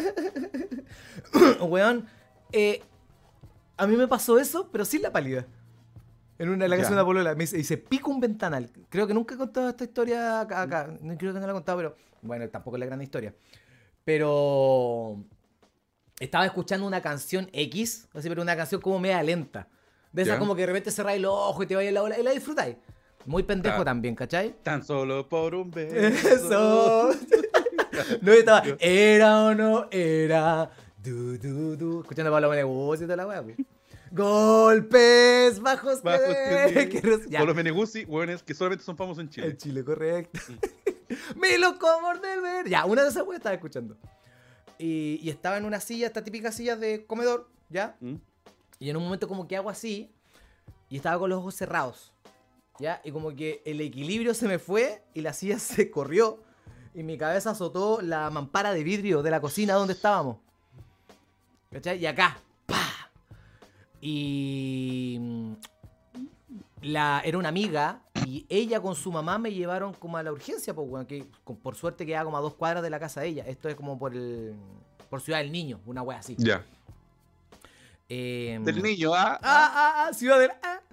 Weón, eh, a mí me pasó eso, pero sin la pálida. En una en la casa Ya. de una polola. Me dice, dice, pico un ventanal. Creo que nunca he contado esta historia acá. acá. No, creo que no la he contado, pero bueno, tampoco es la gran historia. Pero estaba escuchando una canción X, así, pero una canción como media lenta. De esas Ya. como que de repente cerráis los ojos y te vais en la ola y la disfrutáis. Muy pendejo Claro. también, ¿cachai? Tan solo por un beso. Eso. No estaba. Era o no era. Du, du, du. Escuchando a Pablo Meneguzzi y toda la weá. pues. Golpes bajos. Bajos que- que- que ros- ya. Por los Meneguzzi, hueones que solamente son famosos en Chile. En Chile, correcto. Mi loco amor del ver. Ya, una de esas weas estaba escuchando. Y, y estaba en una silla, esta típica silla de comedor, ¿ya? ¿Mm? Y en un momento como que hago así. Y estaba con los ojos cerrados. ¿Ya? Y como que el equilibrio se me fue y la silla se corrió. Y mi cabeza azotó la mampara de vidrio de la cocina donde estábamos. ¿Cachai? Y acá. ¡Pah! Y... mm, La, era una amiga y ella con su mamá me llevaron como a la urgencia, pues, weón, que con- por suerte quedaba como a dos cuadras de la casa de ella. Esto es como por el... por Ciudad del Niño, una wea así. Ya. Eh, Del niño, ¿ah? Ah, ah, ah, Ciudad del... ah.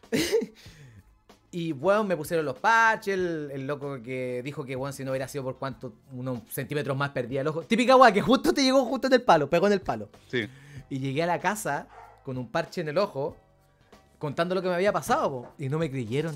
Y, bueno, me pusieron los parches, el, el loco que dijo que, bueno, si no hubiera sido por cuánto, unos centímetros más perdía el ojo. Típica weá, que justo te llegó justo en el palo, pegó en el palo. Sí. Y llegué a la casa con un parche en el ojo, contando lo que me había pasado, po, y no me creyeron.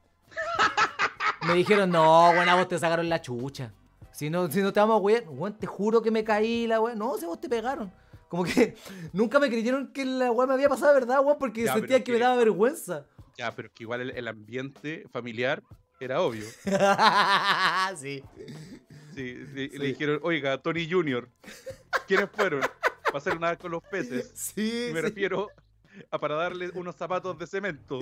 Me dijeron, no, bueno, a vos te sacaron la chucha. Si no, si no te vamos a wear, weón, te juro que me caí la weá. No, si a vos te pegaron. Como que nunca me creyeron que la weá me había pasado de verdad, weón, porque Ya, sentía pero que que- me daba vergüenza. Ya, pero es que igual el, el ambiente familiar era obvio. Sí. Sí, sí, Sí. Le dijeron, oiga, Tony Junior, ¿quiénes fueron? Va a hacer nada con los peces. Sí, Y me sí. refiero a para darle unos zapatos de cemento.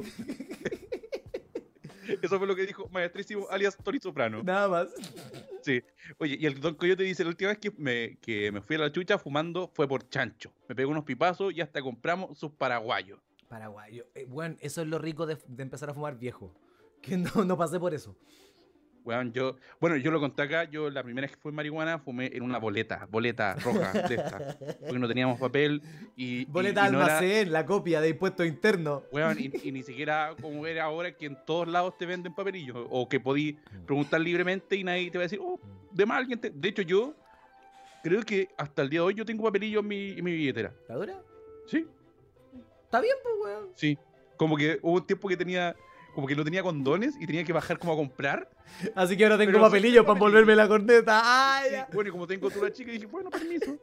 Eso fue lo que dijo Maestrísimo, alias Tony Soprano. Nada más. Sí. Oye, y el Don Coyote dice, la última vez que me, que me fui a la chucha fumando fue por chancho. Me pegó unos pipazos y hasta compramos sus paraguayos. Paraguayo. Eh, bueno, eso es lo rico de, de empezar a fumar viejo. Que no, no pasé por eso. Weón, yo, bueno, yo lo conté acá, yo la primera vez que fui marihuana fumé en una boleta, boleta roja de esta, porque no teníamos papel y... y- Boleta y no era- almacén, la copia de impuesto interno. Weón, y, y ni siquiera como era ahora que en todos lados te venden papelillos o que podí preguntar libremente y nadie te va a decir, oh, de más alguien te... De hecho yo creo que hasta el día de hoy yo tengo papelillos en mi, en mi billetera. ¿La dura? Sí, Está bien, pues, weón. sí. Como que hubo un tiempo que tenía, como que no tenía condones y tenía que bajar como a comprar. Así que ahora tengo Pero sí papelillo tengo para envolverme la corneta. ¡Ay! Y, bueno, y como tengo toda la chica dije, bueno, permiso.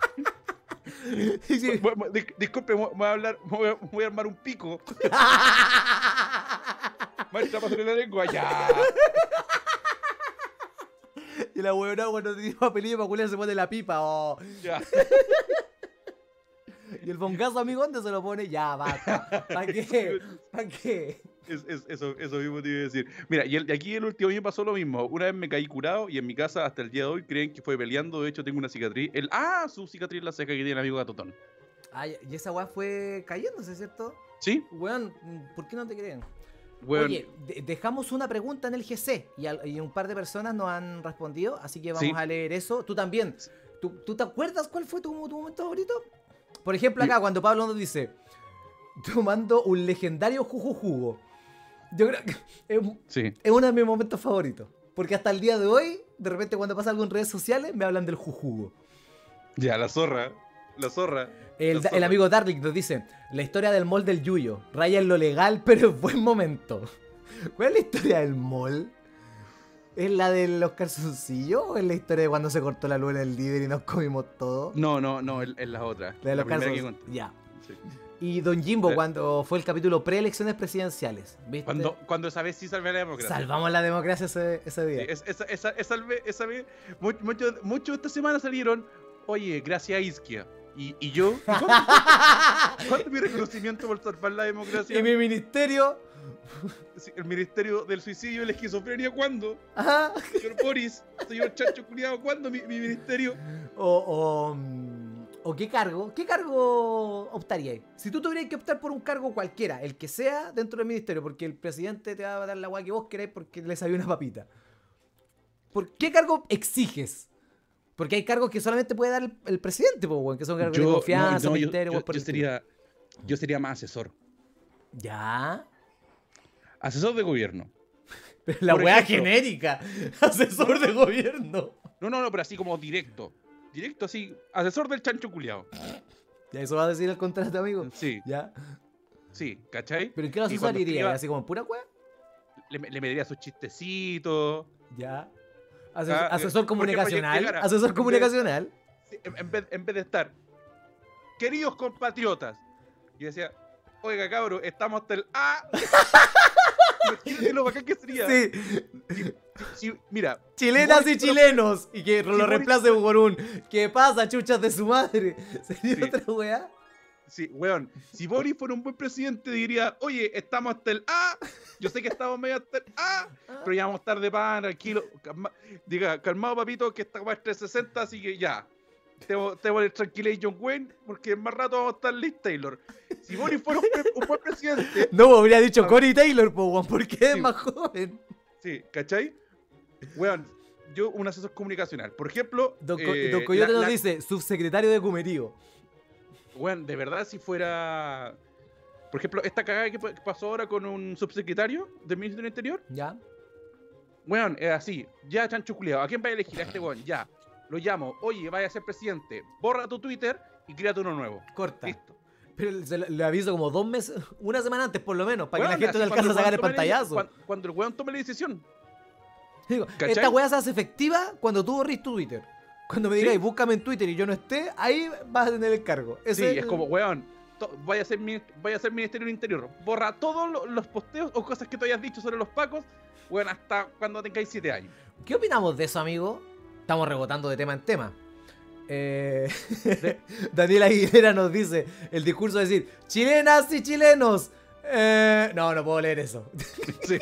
Sí, sí. Bu- bu- dis- Disculpe, me voy a hablar, me voy a, me voy a armar un pico. Maestra, pásale la lengua, ya. Y la weona cuando tiene papelillo para culiar se pone la pipa. Oh. Ya. Ya, ¿Y el bongazo, amigo, dónde se lo pone? Ya, basta. ¿Para qué? ¿Para qué? Es, es- eso, eso mismo te iba a decir. Mira, y, el- y aquí el último año pasó lo mismo. Una vez me caí curado y en mi casa hasta el día de hoy creen que fue peleando. De hecho, tengo una cicatriz. El, ah, su cicatriz en la ceja que tiene el amigo Gatotón. Ay, y esa weá fue cayéndose, ¿cierto? ¿Sí? Weón, ¿por qué no te creen? Bueno, Oye, de- dejamos una pregunta en el G C y, al- y un par de personas nos han respondido, así que vamos Sí. a leer eso. Tú también. ¿Tú, tú te acuerdas cuál fue tu, tu momento favorito? Por ejemplo, acá cuando Pablo nos dice, tomando un legendario jugo jugo. Yo creo que es, sí. es uno de mis momentos favoritos. Porque hasta el día de hoy, de repente cuando pasa algo en redes sociales, me hablan del jujugo. Ya, la zorra. La zorra. El, la el zorra. amigo Darling nos dice, la historia del mall del Yuyo. Raya en lo legal, pero en buen momento. ¿Cuál es la historia del mall? ¿Es la de los calzoncillos o es la historia de cuando se cortó la luz en el líder y nos comimos todo? No, no, no, es, es la otra. La de los primera que calzoncillos. conté. Ya. Sí. Y Don Jimbo Eh. cuando fue el capítulo preelecciones presidenciales. ¿Viste? Cuando, cuando esa vez sí salvé la democracia. Salvamos la democracia ese, ese Sí, día. es- esa, esa, esa, vez- esa vez, muchos mucho, mucho esta semana salieron, oye, gracias a Isquia. Y, y yo, ¿y ¿cuánto, cuánto es mi reconocimiento por salvar la democracia? Y mi ministerio. Sí, el Ministerio del Suicidio y la Esquizofrenia, ¿cuándo? Ajá. Señor Boris, señor Chancho Culiado, ¿cuándo mi, mi ministerio? O, o, mm, o qué cargo, ¿qué cargo optaríais? Si tú tuvieras que optar por un cargo cualquiera, el que sea dentro del ministerio, porque el presidente te va a dar la guay que vos querés porque le salió una papita. ¿Por qué cargo exiges? Porque hay cargos que solamente puede dar el, el presidente, po, weón, que son cargos de Yo, confianza, no, no, yo, ministerio, yo- weón, por yo el estilo. sería, yo sería más asesor. Ya. Asesor de gobierno. Pero la Por weá ejemplo- genérica. Asesor de gobierno. No, no, no, pero así como directo. Directo así, asesor del Chancho Culiado. Ya, eso va a decir el contrato, amigo. Sí, Ya. sí, ¿cachai? ¿Pero en qué lo Y cuando asesoraría? escriba- ¿Así como en pura weá? Le, le mediría sus chistecitos. Ya. Ases- Ah, asesor por ejemplo, comunicacional. llegara- Asesor en vez- comunicacional. Sí, En, en vez, en vez de estar, queridos compatriotas, yo decía, oiga cabro, estamos hasta el A. Imagínate lo bacán que sería. Sí. Si- mira, Chilenas si y Boris fuera- chilenos. Y que lo Boris reemplace por un. ¿Qué pasa, chuchas de su madre? ¿Sería Sí. otra weá? Sí, weón, si Boris fuera un buen presidente diría, oye, estamos hasta el A, yo sé que estamos medio hasta el A, pero ya vamos a estar de pan, tranquilo, calma- diga, calmado papito, que esta weá es trescientos sesenta, así que ya, te voy te voy a tranquilizar John Wayne, porque en más rato vamos a estar Liz Taylor. Si Boris fuera un, pre- un buen presidente, No, habría dicho Cory Taylor, po, weón, porque es Sí. más joven. sí, ¿cachai? Weón, yo un asesor comunicacional, por ejemplo, Don, Co- eh, Don Coyote la- nos la- dice, subsecretario de Cumerío. weón, de verdad si fuera, por ejemplo, esta cagada que pa- pasó ahora con un subsecretario del Ministerio del Interior, ¿Ya? weón, es así, ya Chancho Culeado, ¿a quién va a elegir? A este weón, ya. Lo llamo, oye, vaya a ser presidente, borra tu Twitter y créate uno nuevo. Corta. Listo. Pero se le, le aviso como dos meses, una semana antes por lo menos, para Weón, que la gente así no alcance a cuando sacar el weón tome la- pantallazo. Cuando, cuando el weón tome la decisión. Digo, ¿Cachai? esta weá se hace efectiva cuando tú borrís tu Twitter. Cuando me Sí. digáis, búscame en Twitter y yo no esté, ahí vas a tener el cargo. Sí, Ese es como, weón, to- vaya a ser, mini- vaya a ser Ministerio del Interior, borra todos lo- los posteos o cosas que tú hayas dicho sobre los pacos, weón, hasta cuando tengáis siete años. ¿Qué opinamos de eso, amigo? Estamos rebotando de tema en tema. Eh, Daniel Aguilera nos dice el discurso de decir, chilenas y chilenos. Eh, no, no puedo leer eso. Sí.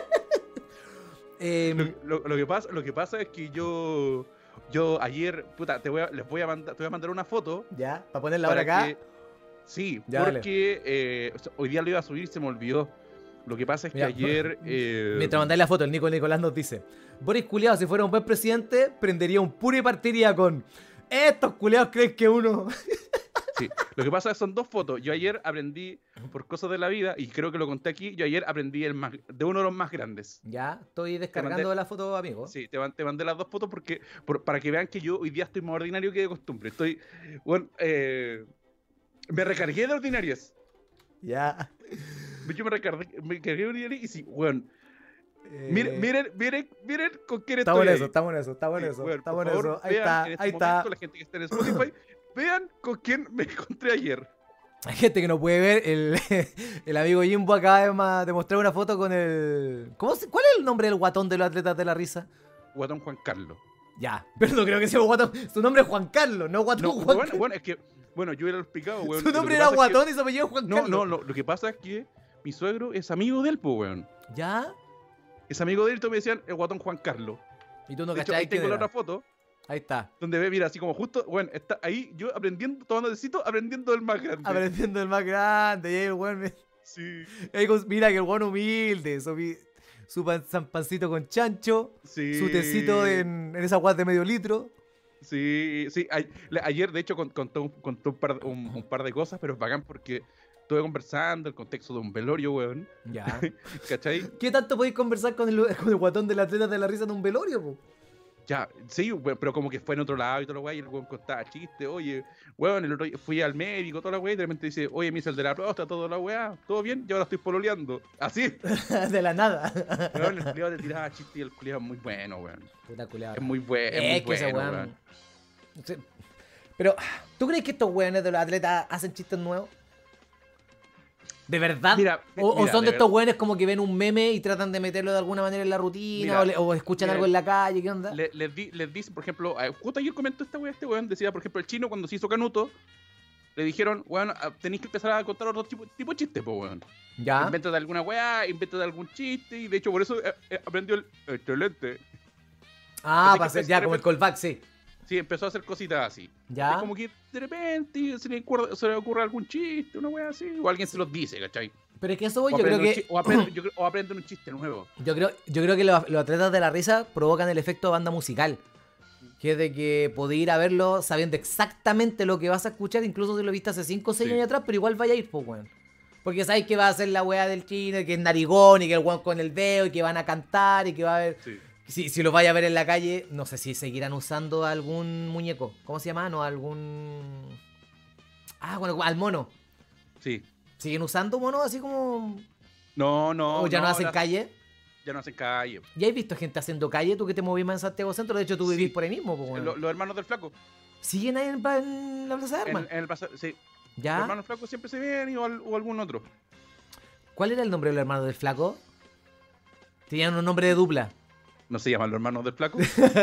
Eh, Lo, lo- lo que pasa, lo que pasa es que yo, yo ayer, puta, te voy a, les voy a mandar, te voy a mandar una foto. ya, para ponerla ahora acá. que- sí, Ya, dale. porque eh, o sea, hoy día lo iba a subir y se me olvidó. Lo que pasa es que Mira, ayer. eh, Mientras mandáis la foto, el Nico Nicolás nos dice, Boris culiao, si fuera un buen presidente, prendería un puro y partiría con, estos culiados creen que uno... sí, lo que pasa es que son dos fotos. Yo ayer aprendí, por cosas de la vida, y creo que lo conté aquí, yo ayer aprendí el más, de uno de los más grandes. Ya, estoy descargando mandé- la foto, amigo. Sí, te, man- te mandé las dos fotos porque por- para que vean que yo hoy día estoy más ordinario que de costumbre. Estoy, bueno, eh, me recargué de ordinarias. Ya. Yo me recargué, me recargué de ordinarias y sí, bueno, Eh, miren, miren, miren, miren con quién Estamos estoy en ahí. eso, estamos en eso, estamos en Sí, eso, weón, estamos por en favor, eso. Ahí vean está, en este ahí está. momento, la gente que está en Spotify, vean con quién me encontré ayer. Hay gente que no puede ver, el, el amigo Jimbo acaba de, ma- de mostrar una foto con el... ¿Cómo se- ¿Cuál es el nombre del guatón de los atletas de la risa? Guatón Juan Carlos. Ya, pero no creo que sea Guatón. Su nombre es Juan Carlos, no Guatón No, Juan bueno, Carlos. bueno, es que, bueno, yo era explicado, weón. Su Lo nombre que era pasa es que- Guatón y su apellido es Juan No, Carlos. no, lo, lo que pasa es que mi suegro es amigo de él, pues, weón. ¿Ya? Es amigo de él, y todos me decían el guatón Juan Carlos. Y tú no De hecho, ahí cachai quién tengo la era. otra foto, Ahí está. donde ve, mira, así como justo, bueno, está ahí yo aprendiendo, tomando tecito, aprendiendo del más grande. Aprendiendo el más grande. Y ahí el weón me... Sí, ahí con- mira que el weón humilde. Su, pi- su pan- san- pancito con chancho. sí. Su tecito en, en esa guas de medio litro. Sí, sí. a- le- ayer, de hecho, con- contó, un- contó un, par, un, un par de cosas, pero es bacán porque estuve conversando el contexto de un velorio, weón. Ya. ¿Cachai? ¿Qué tanto podéis conversar con el, con el guatón del atleta de la risa en un velorio, po? Ya, sí, weón, pero como que fue en otro lado y todo lo weón, y el weón contaba chistes, oye, weón, el otro día fui al médico, toda la weá, y de repente dice, oye, me hice el de la próstata, toda la weá, todo bien, y ahora estoy pololeando. Así, De la nada. weón, el culiado te tiraba chistes y el culiado es muy bueno, weón. Puta culiao. Es muy bueno, es muy Es que ese bueno, weón. weón. Sí. Pero, ¿tú crees que estos weones de los atletas hacen chistes nuevos? ¿De verdad? Mira, o, o mira, son de, de estos verdad. weones como que ven un meme y tratan de meterlo de alguna manera en la rutina Mira, o, le- o escuchan mira, algo en la calle, ¿qué onda? Le- les, di, les dice, por ejemplo, eh, justo ayer comentó esta weá, este weón, decía, por ejemplo, el chino cuando se hizo Canuto, le dijeron, weón, ah, tenéis que empezar a contar otro tipo, tipo de chistes, pues, weón. ¿Ya? Invéntate alguna weá, invéntate algún chiste, y de hecho por eso eh, eh, aprendió el excelente. Ah, Así para que hacer ya de como el repente- callback, sí. Sí, empezó a hacer cositas así. ¿Ya? Es como que de repente se le, ocurre, se le ocurre algún chiste, una wea así, o alguien se los dice, ¿cachai? Pero es que eso voy, O yo creo aprenden, un que... chi- o, aprenden, yo creo- o aprenden un chiste nuevo. Yo creo, yo creo que los, los atletas de la risa provocan el efecto de banda musical. Que es de que podés ir a verlo sabiendo exactamente lo que vas a escuchar, incluso si lo viste hace cinco o seis Sí. años atrás, pero igual vaya a ir, pues, weón. Porque sabes que va a ser la weá del chino, que es narigón, y que el weón con el dedo, y que van a cantar, y que va a haber... Sí. Si, si los vaya a ver en la calle, no sé si seguirán usando algún muñeco. ¿Cómo se llama? No, algún... Ah, bueno, al mono. Sí. ¿Siguen usando mono así como... No, no. o ya no, hacen las- calle? Ya no hacen calle. ¿Ya has visto gente haciendo calle? Tú que te movís más en Santiago Centro, de hecho tú Sí. vivís por ahí mismo, pues, weón. Lo- los hermanos del flaco. ¿Siguen ahí en, pa- en la Plaza de En, Armas? en el pasado, sí. Los ¿Ya? hermanos del flaco siempre se ven o, al- o algún otro. ¿Cuál era el nombre del hermano del flaco? Tenían un nombre de dupla. No se llaman los hermanos del flaco.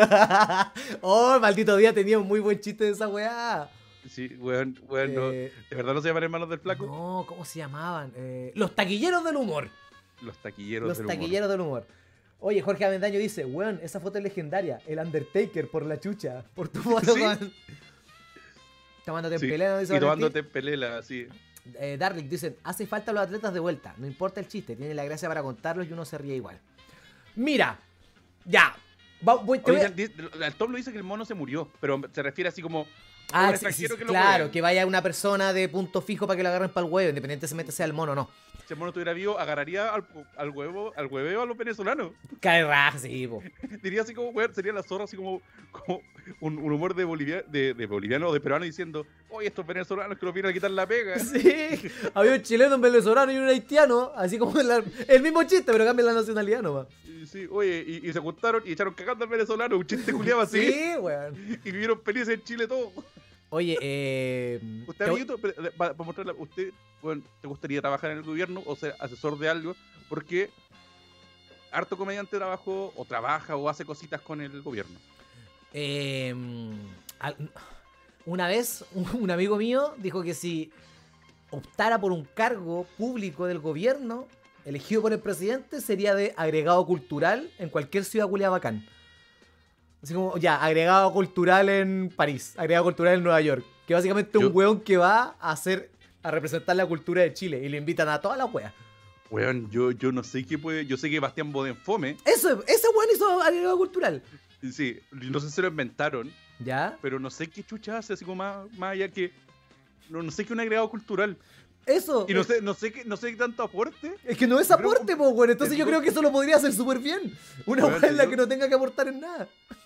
Oh, maldito día, tenía un muy buen chiste de esa weá. Sí, weón, weón, no. Eh, ¿De verdad no se llaman hermanos del flaco? no, ¿cómo se llamaban? Eh, los taquilleros del humor. Los taquilleros Los del humor. taquilleros del humor. Oye, Jorge Avendaño dice, weón, esa foto es legendaria. El Undertaker por la chucha. Por tu foto ¿Sí? con... Tomándote en Sí, pelea, ¿no? Dice y Valentín. tomándote pelela, así. Eh, Darlick dicen, hace falta los atletas de vuelta. No importa el chiste, tiene la gracia para contarlos y uno se ríe igual. Mira, ya. Va- voy- te voy a- Oye, di- el Tom lo dice que el mono se murió, pero se refiere así como Ah, un sí, extranjero sí, que lo claro, hueve. que vaya una persona de punto fijo para que lo agarren para el huevo, independientemente sea el mono o no. Si el mono estuviera vivo, agarraría al, al huevo, al hueveo a los venezolanos. Cae raja, sí, po. Diría así como, weón, sería la zorra así como, como un, un humor de, bolivia, de, de boliviano o de peruano diciendo, oye, estos venezolanos que nos vienen a quitar la pega. Sí, había un chileno, un venezolano y un haitiano, así como la- el mismo chiste, pero cambia la nacionalidad nomás. Y, sí, oye, y, y se juntaron y echaron cagando al venezolano, un chiste culiado así. Sí, weón. Y vivieron felices en Chile todos. Oye, eh... Usted, te- amiguito, para mostrarle, usted, bueno, ¿te gustaría trabajar en el gobierno o ser asesor de algo? Porque harto comediante trabajó o trabaja o hace cositas con el gobierno. Eh, al- una vez un, un amigo mío dijo que si optara por un cargo público del gobierno elegido por el presidente sería de agregado cultural en cualquier ciudad culia bacán. Así como, ya, agregado cultural en París, agregado cultural en Nueva York. Que básicamente es Yo- un weón que va a hacer, a representar la cultura de Chile y le invitan a todas las weas. Weón, yo, yo no sé qué puede. Yo sé que Bastián Bodenfome, Eso, ese weón hizo agregado cultural. sí, no sé si se lo inventaron, ¿Ya? pero no sé qué chucha hace, así como más, más allá que. No, no sé qué un agregado cultural. Eso. Y no sé, no sé qué, no sé qué tanto aporte. Es que no es Yo creo aporte, que- po, weón. Entonces el yo tipo- creo que eso lo podría hacer súper bien. Una Weón, weá en la yo- que no tenga que aportar en nada.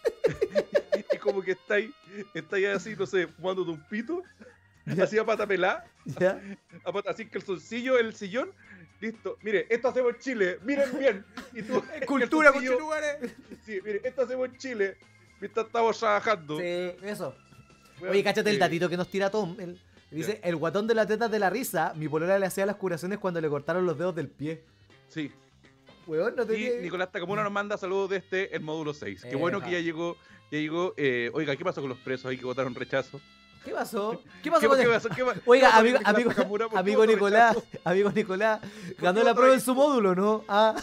Y como que está ahí, está ahí así, no sé, fumándote un pito, así a pata pelada, ¿Ya? a pata- así que el solcillo, el sillón, listo. Mire, esto hacemos en Chile, miren bien. Y tú, Cultura, el solcillo, lugares. sí, mire, esto hacemos en Chile, mientras estamos trabajando. Sí, eso. Weón, Oye, cáchate el eh, datito que nos tira Tom. Él dice, el guatón de las tetas de la risa, mi polola le hacía las curaciones cuando le cortaron los dedos del pie. Sí. Weón, no Y tenía... Nicolás Takamura nos manda saludos desde el módulo seis. Qué Eja. bueno que ya llegó. Ya llegó. Eh, oiga, ¿qué pasó con los presos ahí que votaron rechazo? ¿Qué pasó? ¿Qué pasó ¿Qué, con qué el- pasó? ¿Qué pa- qué Oiga, pasó con amigo, Nicolás amigo, Takamura? ¿Por qué amigo votó Nicolás, rechazo? amigo Nicolás, ganó qué la votó prueba en rechazo? su módulo, ¿no? Ah.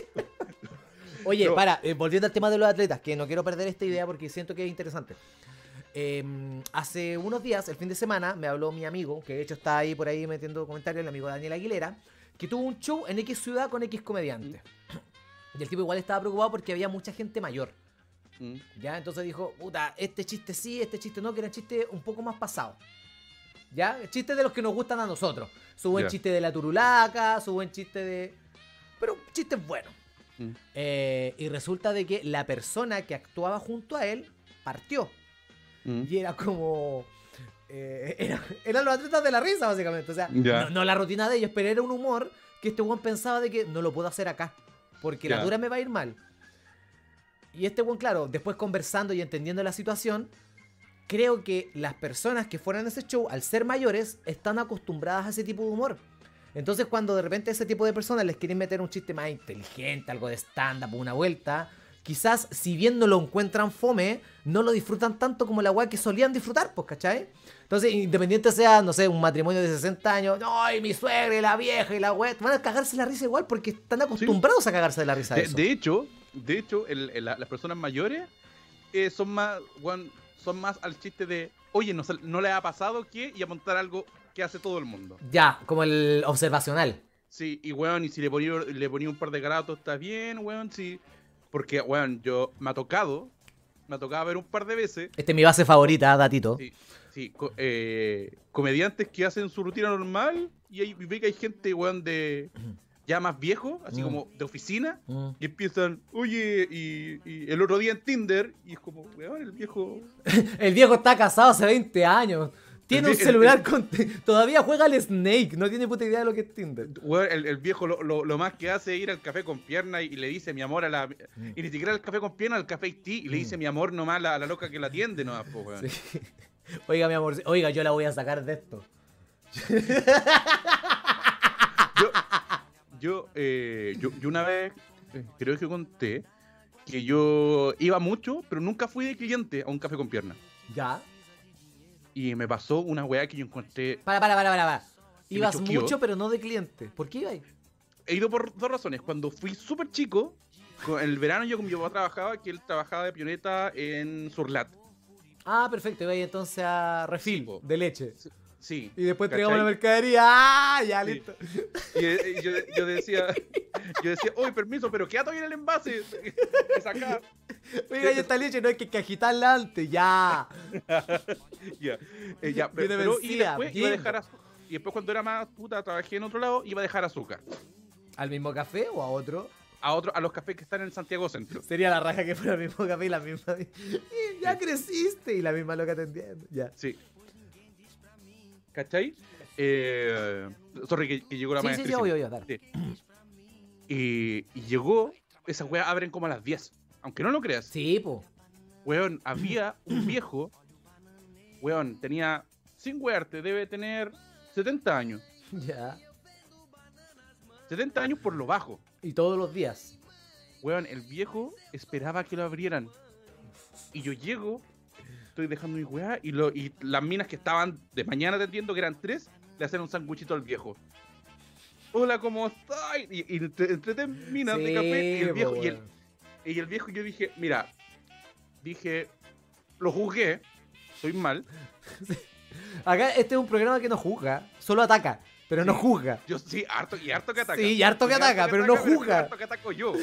Oye, No. para, eh, volviendo al tema de los atletas, que no quiero perder esta idea porque siento que es interesante. Eh, hace unos días, el fin de semana, me habló mi amigo, que de hecho está ahí por ahí metiendo comentarios, el amigo Daniel Aguilera, que tuvo un show en X ciudad con X comediante. Y el tipo igual estaba preocupado porque había mucha gente mayor. Mm. ¿Ya? Entonces dijo, puta, este chiste sí, este chiste no, que eran chistes un poco más pasados. ¿Ya? Chistes de los que nos gustan a nosotros. Su buen Ya. chiste de la turulaca, su buen chiste de... Pero chistes buenos. Mm. Eh, y resulta de que la persona que actuaba junto a él partió. Mm. Y era como... eh, era- eran los atletas de la risa, básicamente. O sea, Ya. no, no la rutina de ellos, pero era un humor que este weón pensaba de que no lo puedo hacer acá. Porque la Ya. dura me va a ir mal. Y este weón, claro, después conversando y entendiendo la situación, creo que las personas que fueron a ese show, al ser mayores, están acostumbradas a ese tipo de humor. Entonces, cuando de repente a ese tipo de personas les quieren meter un chiste más inteligente, algo de stand-up, una vuelta, quizás, si bien no lo encuentran fome, no lo disfrutan tanto como la weá que solían disfrutar, pues, ¿cachai? Entonces, independiente sea, no sé, un matrimonio de sesenta años, ¡ay, mi suegra y la vieja y la weá! Van a cagarse la risa igual porque están acostumbrados a cagarse de la risa de, De, eso. de hecho, de hecho, el- el- la- las personas mayores eh, son más, weón, son más al chiste de, oye, no, se- no le ha pasado que y apuntar algo que hace todo el mundo. Ya, como el observacional. Sí, y weón, y si le ponía, le ponía un par de gratos, está bien, weón, sí. Porque, weón, yo me ha tocado, me ha tocado ver un par de veces, Este es mi base favorita, datito. sí, sí, co- eh, comediantes que hacen su rutina normal y, hay, y ve que hay gente, weón, de ya más viejo, así Mm. como de oficina, Mm. y empiezan, oye, y, y el otro día en Tinder, y es como, weón, el viejo... El viejo está casado hace veinte años. Tiene El un vie- celular con... Todavía juega al Snake. No tiene puta idea de lo que es Tinder. Weón, el, el viejo lo, lo- lo más que hace es ir al café con pierna y, y le dice mi amor a la... Y ni siquiera al café con pierna, al café tea, y le dice mi amor nomás a la, a la loca que la atiende nomás, po, weón. Sí. Oiga, mi amor. Oiga, yo la voy a sacar de esto. Yo, yo, eh, yo, yo una vez, eh, creo que conté, que yo iba mucho, pero nunca fui de cliente a un café con pierna. Ya. Y me pasó una weá que yo encontré... Para, para, para, para. para. Que me Ibas choqueó. mucho, pero no de cliente. ¿Por qué ibas? He ido por dos razones. Cuando fui súper chico, con- en el verano yo con mi papá trabajaba, que él trabajaba de pioneta en Surlat. Ah, perfecto. Ibas entonces a Sí, refil po. de leche. Sí. Y después ¿cachai? traigamos la mercadería. ¡Ah! Ya, Sí. listo. Y, eh, y yo, yo decía, yo decía, oye, permiso, pero queda todavía en el envase. Es acá. Oiga, ya está leche. No hay que, que agitarla antes. Ya. Ya, eh, ya, pero, Viene pero- y vencida, después iba a bien. dejar az- y después cuando era más puta, trabajé en otro lado, iba a dejar azúcar. ¿Al mismo café o a otro? A otro, a los cafés que están en Santiago Centro. Sería la raja que fuera el mismo café y la misma. Y ya creciste. Y la misma loca atendiendo. Ya. Sí. ¿Cachai? Eh, sorry que, que llegó la Sí, sí, maestría. sí, obvio, obvio, dale. Sí. Y, y llegó, esas weas abren como a las diez. Aunque no lo creas. Sí, po. Weón, había un viejo. Weón, tenía, sin wearte, debe tener setenta años. Ya. setenta años por lo bajo. Y todos los días. Weón, el viejo esperaba que lo abrieran. Y yo llego, estoy dejando mi weá, y, lo, y las minas que estaban de mañana atendiendo, que eran tres, le hacen un sanguchito al viejo. Hola, ¿cómo estás? Y, y entre, entre tres minas de café, y el po, viejo, y el, weón. y el viejo, yo dije, mira, dije, lo juzgué, estoy mal. Acá este es un programa que no juzga, solo ataca, pero no Sí. juzga. Yo sí, harto, y harto que ataca. Sí, y harto que Y ataca, pero no juzga. Harto que ataco yo.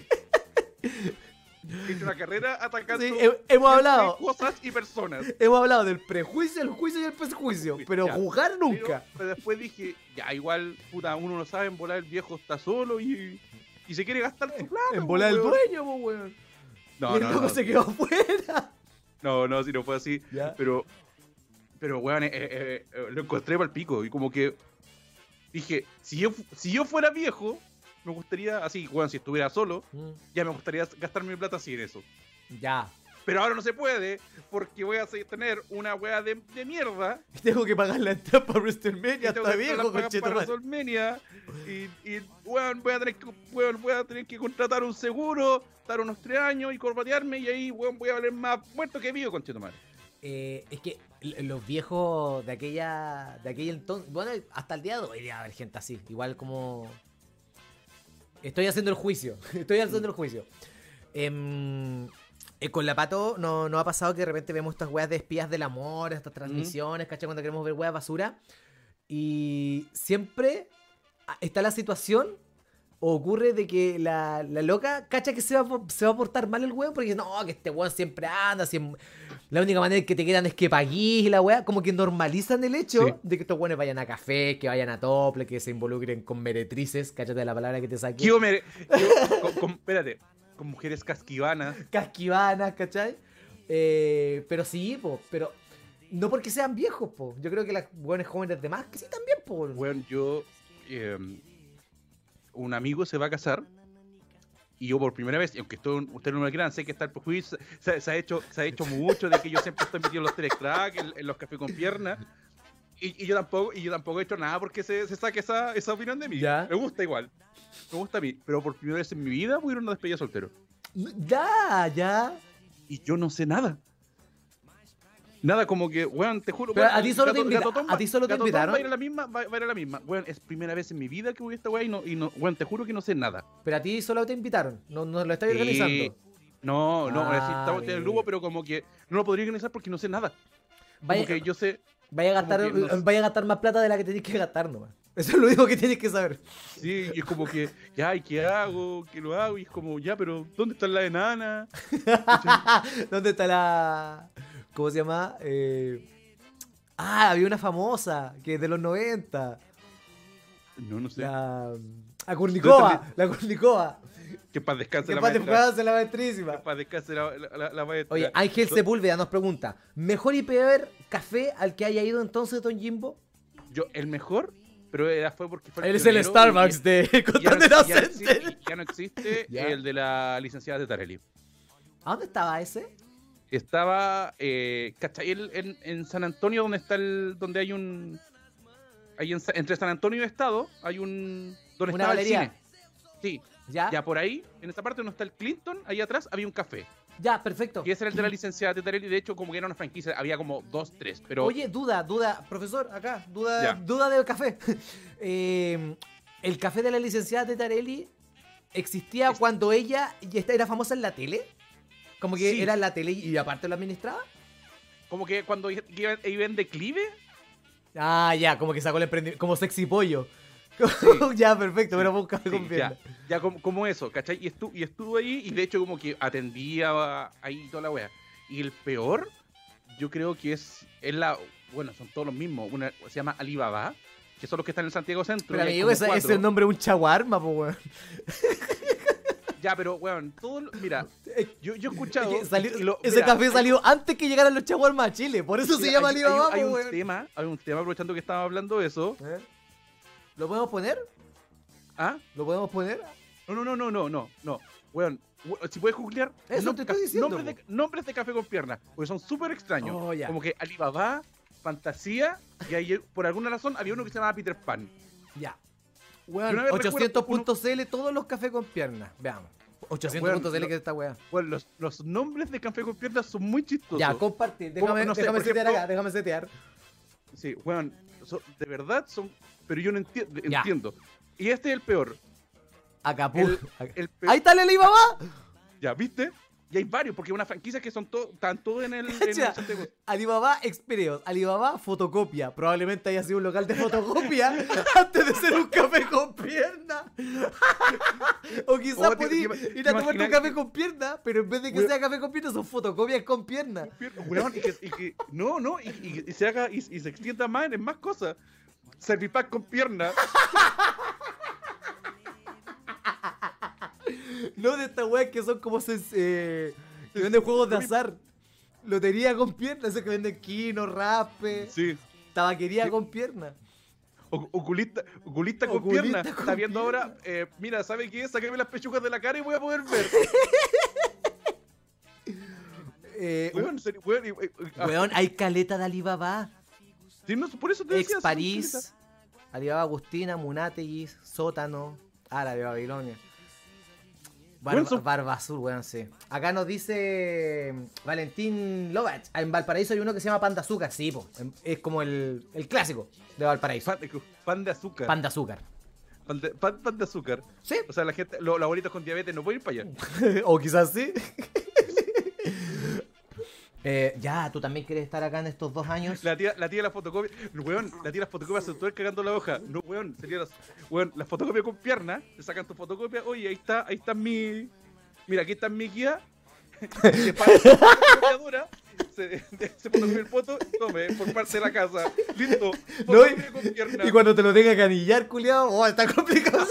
He hecho una carrera atacando Sí, he- hemos hablado. cosas y personas. Hemos hablado del prejuicio, el juicio y el prejuicio, pero Ya. juzgar nunca. Pero, pero después dije, ya, igual, puta, uno no sabe, en volar el viejo está solo y, y se quiere gastar su plata. En po, bola del weón. dueño, po, weón. No, y el no, loco no. se quedó afuera. No, no, si no fue así. Ya. Pero, pero, weón, eh, eh, eh, lo encontré para el pico. Y como que dije, si yo, fu- si yo fuera viejo, me gustaría, así, weón, si estuviera solo, Mm, ya me gustaría gastar mi plata así en eso. Ya. Pero ahora no se puede porque voy a se- tener una weá de, de mierda. Tengo que pagar la entrada para WrestleMania, Y tengo está que viejo, pagar para conchetumare. WrestleMania. Y, y weón, voy a tener que, weón, voy a tener que contratar un seguro, estar unos tres años y corbatearme. Y ahí, weón, voy a valer más muerto que vivo, conchetumare. Eh, es que l- los viejos de aquella de aquel entonces, bueno, hasta el día de hoy debe haber gente así, igual como estoy haciendo el juicio, estoy haciendo el juicio. Em, eh, con la Pato no, no ha pasado que de repente vemos estas weas de espías del amor, estas transmisiones, ¿cachai? Cuando queremos ver weas basura y siempre ah, está la situación o ocurre de que la, la loca cacha que se va, a po- se va a portar mal el weón porque no, que este weón siempre anda, siempre... La única manera que te quedan es que paguís y la weá, como que normalizan el hecho Sí. de que estos weones vayan a café, que vayan a tople, que se involucren con meretrices, cállate la palabra que te saqué. Yo me, yo- con, con- espérate, con mujeres casquivanas. Casquivanas, ¿cachai? Eh, pero sí, po, pero no porque sean viejos, po. Yo creo que las weones jóvenes de más que sí también, po. Weón, yo. eh, un amigo se va a casar. Y yo por primera vez, y aunque estoy, ustedes no me crean, sé que está el prejuicio, se, se ha hecho, se ha hecho mucho de que yo siempre estoy metido en los teletrack, en, en los cafés con piernas. Y, y yo tampoco, y yo tampoco he hecho nada porque se, se saque esa, esa opinión de mí. Ya. Me gusta igual. Me gusta a mí. Pero por primera vez en mi vida voy a ir a una despedida soltero. Ya, ya. Y yo no sé nada. Nada, como que, weón, te juro. Pero weón, a ti solo te Gato- invita- Gato Tom a ti solo te Gato Tom invitaron. Va a ir a la misma, va, va a ir a la misma. Weón, es primera vez en mi vida que voy a esta weá y no, y no, weón, te juro que no sé nada. Pero a ti solo te invitaron, no, no lo estás Sí. organizando. No, no, Ah, es decir, estamos en el bien. grupo, pero como que no lo podría organizar porque no sé nada. Como Vaya, que yo sé, vaya, a gastar, como que no- vaya a gastar más plata de la que tenés que gastar nomás. Eso es lo único que tienes que saber. sí, y es como que, ya, ¿y qué hago? ¿Qué lo hago? Y es como, ya, pero ¿dónde está la enana? ¿Dónde está la. ¿Cómo se llama? Eh... Ah, había una famosa que es de los noventa. No, no sé. La. A Kurnikova. ¿Dónde La Kurnikova. Que para descanse Que la para maestra. después la maestrísima. Que para descanse la, la, la- la maestra. Oye, Ángel Yo- Sepúlveda nos pregunta: ¿mejor y peor café al que haya ido entonces Don Jimbo? Yo, el mejor, pero era, fue porque fue Él es el pionero Starbucks y- de y ya, no, Costanera ya no Center. existe, ya no existe Ya. el de la licenciada de Tarelli. ¿A dónde estaba ese? Estaba, eh, ¿cachai? El- en, en San Antonio, donde está el, donde hay un, hay en Sa- entre San Antonio y Estado, hay un, donde Una estaba galería. el cine. Sí, ¿Ya? ya por ahí, en esa parte donde está el Clinton, ahí atrás había un café. Ya, perfecto. Y ese era el de la licenciada de Tarelli, de hecho como que era una franquicia, había como dos, tres, pero Oye, duda, duda, profesor, acá, duda, Ya. duda de café. Eh, el café de la licenciada Tetarelli existía Es- cuando ella ya esta- era famosa en la tele. Como que Sí. era en la tele y aparte lo administraba. como que cuando i- iba, iba en declive, Ah, ya, como que sacó el emprendimiento, como sexy pollo. Ya, perfecto, pero fue un café sí, con pierna. ya, ya como, como eso, ¿cachai? Y, estu, y estuvo ahí y de hecho como que atendía ahí toda la wea. Y el peor, yo creo que es, es la, bueno, son todos los mismos, una, se llama Alibaba, que son los que están en Santiago Centro. Pero y hay amigo, como ese es cuatro. el nombre de un chaguarma, po, weón. Ya, pero weón, todo, lo- mira, yo, yo he escuchado... Es que salió- y lo- ese mira, café hay- salió antes que llegaran los chaguarmas a Chile, por eso se mira, llama hay- hay, Alibaba, un- hay po, un weón. tema, hay un tema, aprovechando que estaba hablando de eso. ¿Eh? ¿Lo podemos poner? ¿Ah? ¿Lo podemos poner? No, no, no, no, no, no, no. Weón, we- si puedes googlear Eso te estoy diciendo, nombres, po. de, nombres de café con piernas, porque son súper extraños. Oh, ya. Como que Alibaba, Fantasía, y ahí por alguna razón había uno que se llamaba Peter Pan. Ya. Yo Weón, una vez ochocientos punto recuerdo c l, todos los cafés con piernas. Veamos. ochocientos punto c l Weón, que es esta weá. Bueno, los, los nombres de café con piernas son muy chistosos. Ya, compartir. Como, Déjame, no sé, déjame por setear ejemplo- acá, déjame setear. Sí, weón, son- de verdad son... Pero yo no enti- Ya. entiendo. Y este es el peor. Acapulco. El, el peor. Ahí está el Alibaba. Ya, ¿viste? Y hay varios, porque es una franquicia que son todos, están todos en el... en el Cacha. Santiago. Alibaba Expereos. Alibaba Fotocopia. Probablemente haya sido un local de fotocopia antes de ser un café con pierna. O quizás Oh, te- podí te- te ir a tomar tu imaginas café que- con pierna, pero en vez de que Weón. sea café con pierna, son fotocopias con pierna. Weón, y que, y que- no, no, y, y- y se haga y, y se extienda más en más cosas. Servipack con pierna. No de estas weas que son como se, eh, que venden juegos de azar. Lotería con pierna, esos que venden quino, raspe, Sí. tabaquería Sí. con pierna. O- Oculista, oculista con Oculista pierna. con Está viendo pierna. ahora, eh, mira, ¿sabe qué? Sáqueme las pechugas de la cara y voy a poder ver. Eh, Weón, serio, weón, y- y- ah, weón, hay caleta de Alibaba. sí, no, por eso te Ex decía. París, Alibaba Agustina, Munategui, Sótano, Árabe, Babilonia. Barba, Weón, son- Barba Azul, weón, sí. Acá nos dice mm, Valentín Lovach. En Valparaíso hay uno que se llama Pan de Azúcar, sí, po. Em- Es como el, el clásico de Valparaíso. Pan, pan de azúcar. Pan de azúcar. Pan de, pan- pan de azúcar. Sí. O sea, la gente, lo- los abuelitos con diabetes no pueden ir para allá. O quizás sí. Eh, ya, tú también quieres estar acá en estos dos años. La tía, la tía de la fotocopia, no, weón, la tía de las fotocopias se estuvo cagando la hoja. No, weón, sería las, weón, las fotocopias con piernas, te sacan tu fotocopia, oye, ahí está, ahí está mi, mira, aquí está mi guía, se para la fotocopiadora, se, se fotocopia el foto, tome, por parte de la casa, listo, No, fotocopia con piernas. y cuando te lo tenga que anillar, culiado, oh, está complicado.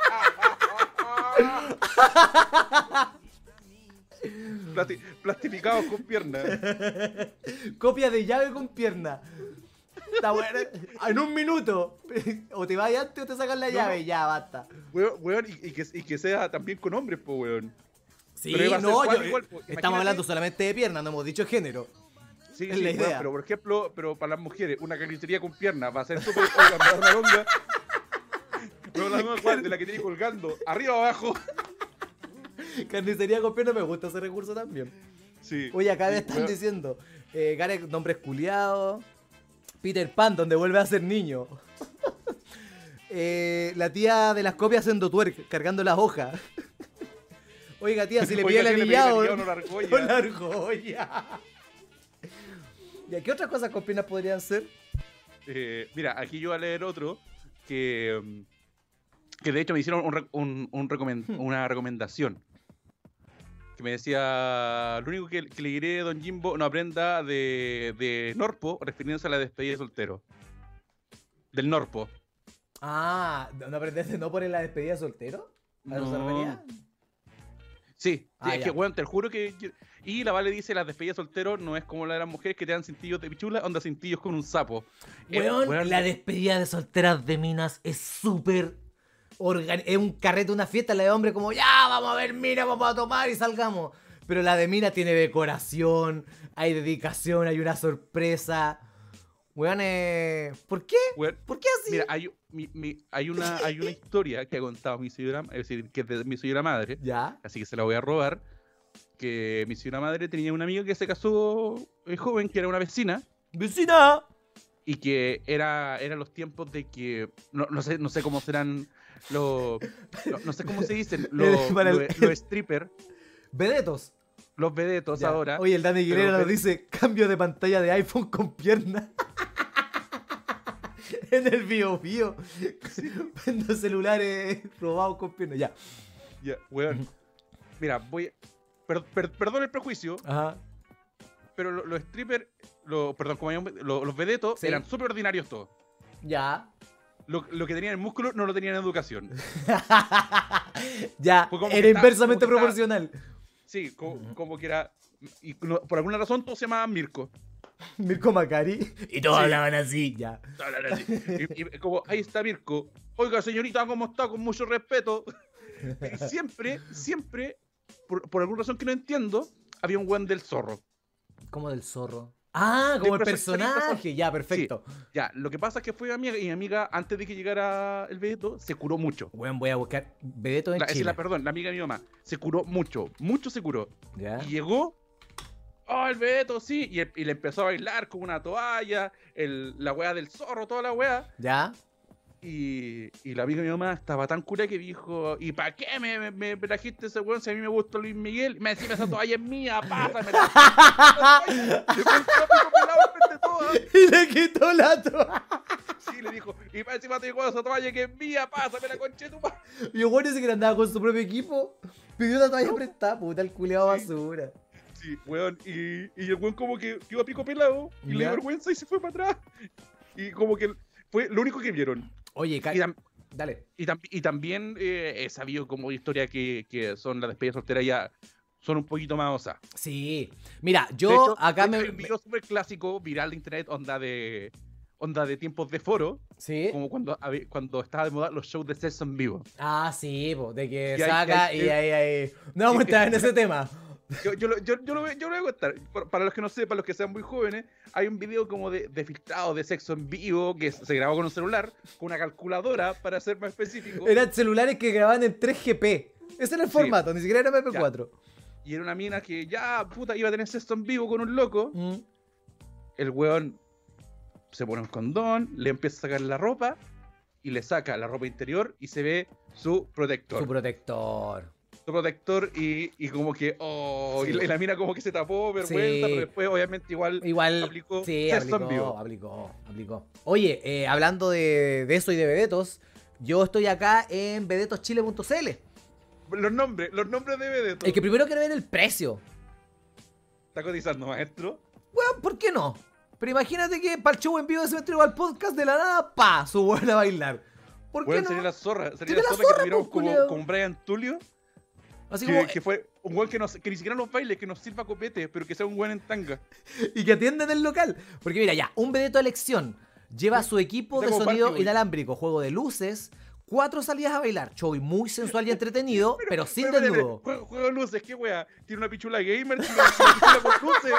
Plasti- plastificados con piernas. Copia de llave con pierna. Está bueno. En un minuto. O te vas antes o te sacan la No. llave. Ya, basta. Weón, weón, y, y que, y que sea también con hombres, po, weón. Sí, Pero iba a ser no, Juan yo- igual, pues, estamos imagínate. hablando solamente de pierna, no hemos dicho género. Sí, Es sí, la weón, idea. pero por ejemplo, pero para las mujeres, una carnicería con piernas va a ser súper, oiga, me da una longa. No la misma cual de la que tiene colgando, arriba abajo. Carnicería con pierna, me gusta ese recurso también. Sí. Oye, acá me Sí, están weón. diciendo eh, Gareth, nombres culiados. Peter Pan, donde vuelve a ser niño. Eh, la tía de las copias haciendo twerk, cargando las hojas. Oiga, tía, si le pide Oiga, el tía, le pedí el anillado. anillado, no la argolla. No la argolla. ¿Y qué otras cosas con piernas podrían ser? Eh, mira, aquí yo voy a leer otro que, mm, que de hecho me hicieron un re- un- un recomen- una recomendación. Que me decía, lo único que, que le diré, don Jimbo, no aprenda de, de Norpo, refiriéndose a la despedida de soltero. Del Norpo. Ah, ¿no aprendiste no poner la despedida de soltero? ¿A eso se No. refería? Sí, Ah, es ya. que, weón, te juro que... que- Y la Vale dice, las despedidas de soltero no es como la de las mujeres que te dan cintillos de pichula, onda cintillos con un sapo. Eh, Weón, weón, la despedida de solteras de minas es súper... organ- Es un carrete, una fiesta, la de hombre como, ya, vamos a ver mina, vamos a tomar y salgamos. Pero la de mina tiene decoración, hay dedicación, hay una sorpresa. Weón, eh... ¿por qué? weón, ¿Por qué así? mira, hay, mi- mi- hay, una, hay una historia que ha contado mi señora, es decir, que es de mi señora madre, Ya. así que se la voy a robar, que mi señora madre tenía una amiga que se casó eh, joven, que era una vecina, ¡Vecina! y que era eran los tiempos de que, no, no sé no sé cómo serán los, no, no sé cómo se dicen, los, Para el- los, los strippers, Vedetos. los vedetos Ya. ahora. Oye, el Dani pero Aguilera los nos ve- dice cambio de pantalla de iPhone con pierna. En el Bio Bio. Vendo celulares robados con pierna. Ya. Ya, weón. Mira, voy. per- per- perdón el prejuicio, Ajá. pero lo- los strippers, lo- perdón, como llaman, lo- los vedetos Sí. eran súper ordinarios todos. Ya. Lo, lo que tenían en músculo no lo tenían en educación. Ya. Fue como que Era está- inversamente como que está- proporcional. Sí, como, como que era. Y no- por alguna razón todos se llamaban Mirko. Mirko Macari. Y todos Sí. hablaban así, ya. Hablar así. Y, y como, ahí está Mirko. Oiga, señorita, ¿cómo está? Con mucho respeto. Y siempre, siempre, por, por alguna razón que no entiendo, había un weón del zorro. Como del zorro. Ah, como el Del perso- personaje. Ya, perfecto. Ya, lo que pasa es que fue mi amiga, y mi amiga, antes de que llegara el Vedeto, se curó mucho. Bueno, voy a buscar Vedeto en La, esa es Chile. la, perdón, la amiga de mi mamá. Se curó mucho, mucho se curó. Ya. Y llegó, oh, el Vedeto, sí, y, y le empezó a bailar con una toalla, el, la weá del zorro, toda la weá. Ya. Y, y la amiga de mi mamá estaba tan cura que dijo, ¿y para qué me, me, me trajiste ese weón si a mí me gusta Luis Miguel? Me decime esa toalla es mía, pásamela. Le puso el pico pelado enfrente de todas. Y le quitó la toalla. Sí, le dijo, y para encima te digo esa toalla que es mía, pásamela, conchetumá. Y el bueno ese que andaba con su propio equipo. Pidió la toalla prestada, puta, el culeado Sí. basura. Sí, weón, y, y el weón como que quedó a pico pelado y le Ya. dio vergüenza y se fue para atrás. Y como que fue lo único que vieron. Oye, ca- Y, tam- dale. y, tam- y también eh, he sabido como historia que, que son las despedidas solteras ya son un poquito más osas. Sí. Mira, yo De hecho, acá de me. hecho, hay un video súper clásico, viral de internet, onda de onda de tiempos de foro, Sí. como cuando, habe- cuando estaba de moda los shows de sexo en vivo. Ah, sí, po, de que Y ahí- saca ahí- y ahí, ahí. No vamos a entrar en ese tema. Yo, yo, lo- yo, yo, lo, voy- yo lo voy a contar. Para para los que no sepan, los que sean muy jóvenes, hay un video como de, de filtrado de sexo en vivo que se grabó con un celular, con una calculadora, para ser más específico. Eran celulares que grababan en tres G P. Ese era el Sí. formato, ni siquiera era M P cuatro. Y era una mina que ya, puta, iba a tener sexo en vivo con un loco. Mm. El weón se pone un condón, le empieza a sacar la ropa y le saca la ropa interior y se ve su protector. Su protector. Su protector y, y como que, oh, Sí. y la, y la mina como que se tapó, vergüenza, Sí. pero después obviamente igual, Igual, aplicó sí, sexo en aplicó, vivo. aplicó, aplicó. Oye, eh, hablando de, de eso y de vedetos, yo estoy acá en vedetoschile punto c l. Los nombres, los nombres de Vedeto. Es que primero quiero ver el precio. Está cotizando, maestro. Weón, ¿por qué no? Pero imagínate que para el show en vivo de Cementerio al podcast de la nada, pa, su buena a bailar. ¿Por qué Weón, no? sería la zorra. Sería Sería la la zorra, zorra, que tuviéramos pues, como, culiao. como Brian Tulio. Así Que, como, que fue un weón que, no, que ni siquiera nos baile, que nos sirva copete, pero que sea un weón en tanga. y que atienden el local. Porque mira, ya, un vedeto a elección lleva su equipo Está de como sonido Party Boy. inalámbrico, juego de luces, cuatro salidas a bailar, show muy sensual y entretenido, pero, sin Pero, espérate, desnudo. Juego, juego de luces, qué wea. Tiene una pichula gamer, tiene una, una pichula con luces.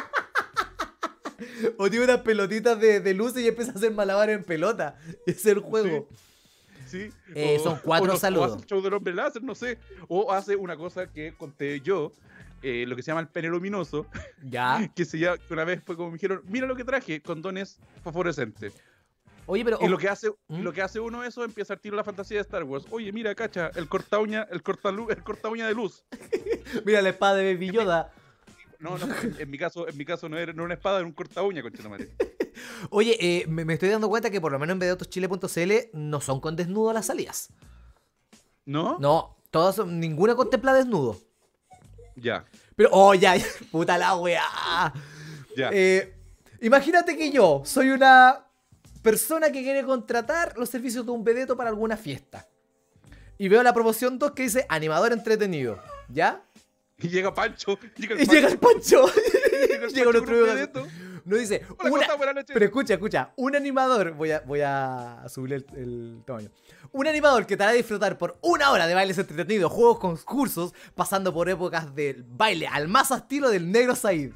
O tiene unas pelotitas de, de luces y empieza a hacer malabares en pelota. Ese es el juego. Sí. Eh, son cuatro o saludos. O hace el show del hombre láser, no sé. O hace una cosa que conté yo, eh, lo que se llama el pene luminoso, Ya. que se llama, que una vez fue como me dijeron, mira lo que traje, condones fosforescentes. Oye, pero. Y lo que hace, ¿Mm? lo que hace uno eso empieza a tiro la fantasía de Star Wars. Oye, mira, cacha, el corta uña, el corta lu- el corta uña de luz. Mira la espada de Baby Yoda. No, no, en mi caso, en mi caso no era, no era una espada, era un corta uña, conchetumare. Oye, eh, me, me estoy dando cuenta que por lo menos en vedetoschile punto c l no son con desnudo las salidas. ¿No? No, todas son, ninguna contempla desnudo. Ya, Pero, oh, ya, ya, puta la weá. ya. Eh, imagínate que yo soy una persona que quiere contratar los servicios de un vedeto para alguna fiesta. Y veo la promoción dos que dice animador entretenido. ¿Ya? Y llega Pancho. Llega el Y llega el Pancho. Llega el Llega Pancho nuestro con un amigo. vedeto. No dice. Hola, ¿cómo Una... estás? Buenas noches. Pero escucha, escucha. Un animador. Voy a, voy a subir el, el tamaño. Un animador que te hará disfrutar por una hora de bailes entretenidos, juegos, concursos, pasando por épocas del baile al más estilo del negro Said.